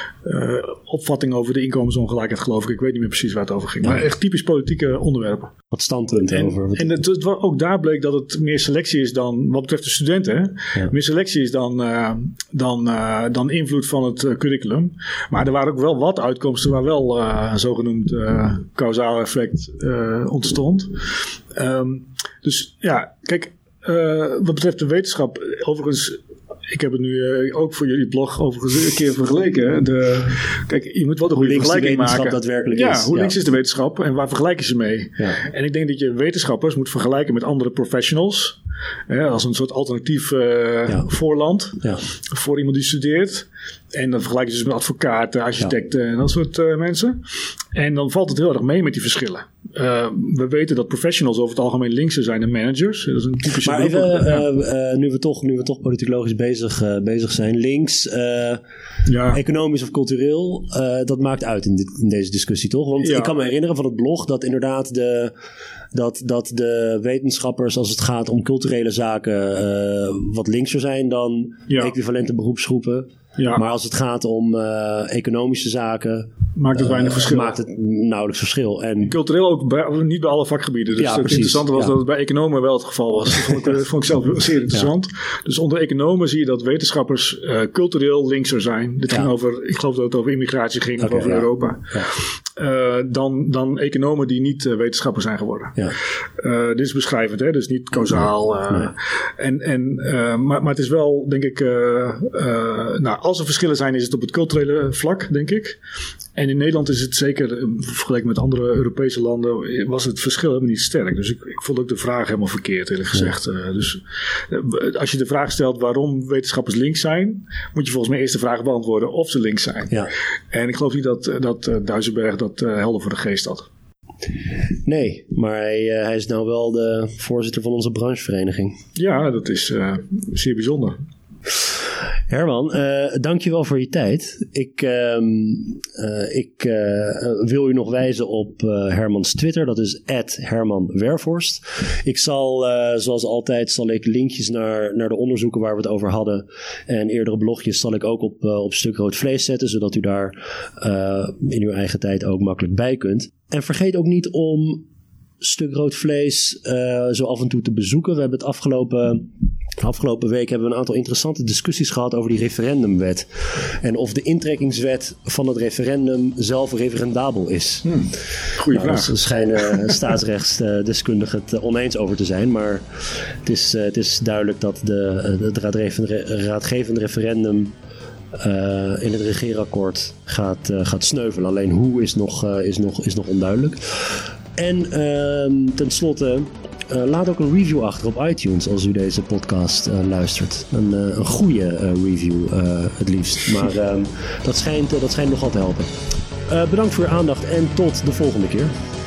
uh, opvattingen over de inkomensongelijkheid, geloof ik. Ik weet niet meer precies waar het over ging. Ja. Maar echt typisch politieke onderwerpen. Wat standpunt en, over. En het, het, ook daar bleek dat het meer selectie is dan, wat betreft de studenten, hè? Ja. Meer selectie is dan, uh, dan, uh, dan invloed van het uh, curriculum. Maar er waren ook wel wat uitkomsten waar wel uh, een zogenoemd uh, causaal effect uh, ontstond. Um, dus ja, kijk. Uh, wat betreft de wetenschap, overigens, ik heb het nu uh, ook voor jullie blog overigens een keer vergeleken. De, kijk, je moet wel de goede vergelijking maken. Hoe links de wetenschap daadwerkelijk ja, is. hoe ja. links is de wetenschap en waar vergelijk je ze mee? Ja. En ik denk dat je wetenschappers moet vergelijken met andere professionals. Hè, als een soort alternatief uh, ja. voorland ja. voor iemand die studeert. En dan vergelijk je ze met advocaten, architecten ja. en dat soort uh, mensen. En dan valt het heel erg mee met die verschillen. Uh, we weten dat professionals over het algemeen linkser zijn dan managers. Dat is een typische maar even, uh, uh, uh, nu, we toch, nu we toch politicologisch bezig, uh, bezig zijn. Links, uh, ja. economisch of cultureel, uh, dat maakt uit in, dit, in deze discussie, toch? Want ja. ik kan me herinneren van het blog dat inderdaad de... Dat, dat de wetenschappers, als het gaat om culturele zaken, uh, wat linkser zijn dan ja. equivalente beroepsgroepen. Ja. Maar als het gaat om uh, economische zaken, maakt het weinig uh, verschil. Maakt het nauwelijks verschil. En cultureel ook bij, niet bij alle vakgebieden. Dus ja, het precies. interessante was ja. dat het bij economen wel het geval was. Dat vond ik, vond ik zelf zeer interessant. Ja. Dus onder economen zie je dat wetenschappers uh, cultureel linkser zijn. Dit ja. ging over, ik geloof dat het over immigratie ging okay, of over ja. Europa. Ja. Uh, dan, dan economen die niet uh, wetenschapper zijn geworden. Ja. Uh, dit is beschrijvend, hè? Dus niet causaal. Uh, nee. en, en, uh, maar, maar het is wel, denk ik, uh, uh, nou, als er verschillen zijn, is het op het culturele vlak, denk ik. En in Nederland is het zeker, vergeleken met andere Europese landen, was het verschil helemaal niet sterk. Dus ik, ik vond ook de vraag helemaal verkeerd, eerlijk gezegd. Ja. Uh, dus uh, als je de vraag stelt waarom wetenschappers links zijn, moet je volgens mij eerst de vraag beantwoorden of ze links zijn. Ja. En ik geloof niet dat, dat uh, Duisenberg dat uh, helder voor de geest had. Nee, maar hij, uh, hij is nou wel de voorzitter van onze branchevereniging. Ja, dat is uh, zeer bijzonder. Herman, uh, dankjewel voor je tijd. Ik, uh, uh, ik uh, wil u nog wijzen op uh, Hermans Twitter. Dat is at Herman Wervorst. Ik zal, uh, zoals altijd, zal ik linkjes naar, naar de onderzoeken waar we het over hadden en eerdere blogjes zal ik ook op, uh, op Stuk Rood Vlees zetten, zodat u daar uh, in uw eigen tijd ook makkelijk bij kunt. En vergeet ook niet om Stuk Rood Vlees uh, zo af en toe te bezoeken. We hebben het afgelopen Afgelopen week hebben we een aantal interessante discussies gehad over die referendumwet. En of de intrekkingswet van het referendum zelf referendabel is. Hmm, goeie nou, vraag. Daar schijnen staatsrechtsdeskundigen het oneens over te zijn. Maar het is, het is duidelijk dat de, het raadgevende, raadgevende referendum uh, in het regeerakkoord gaat, uh, gaat sneuvelen. Alleen hoe is nog, uh, is nog, is nog onduidelijk. En uh, tenslotte... Uh, laat ook een review achter op iTunes als u deze podcast uh, luistert. Een, uh, een goede uh, review uh, het liefst. Maar uh, dat, schijnt, uh, dat schijnt nogal te helpen. Uh, bedankt voor uw aandacht en tot de volgende keer.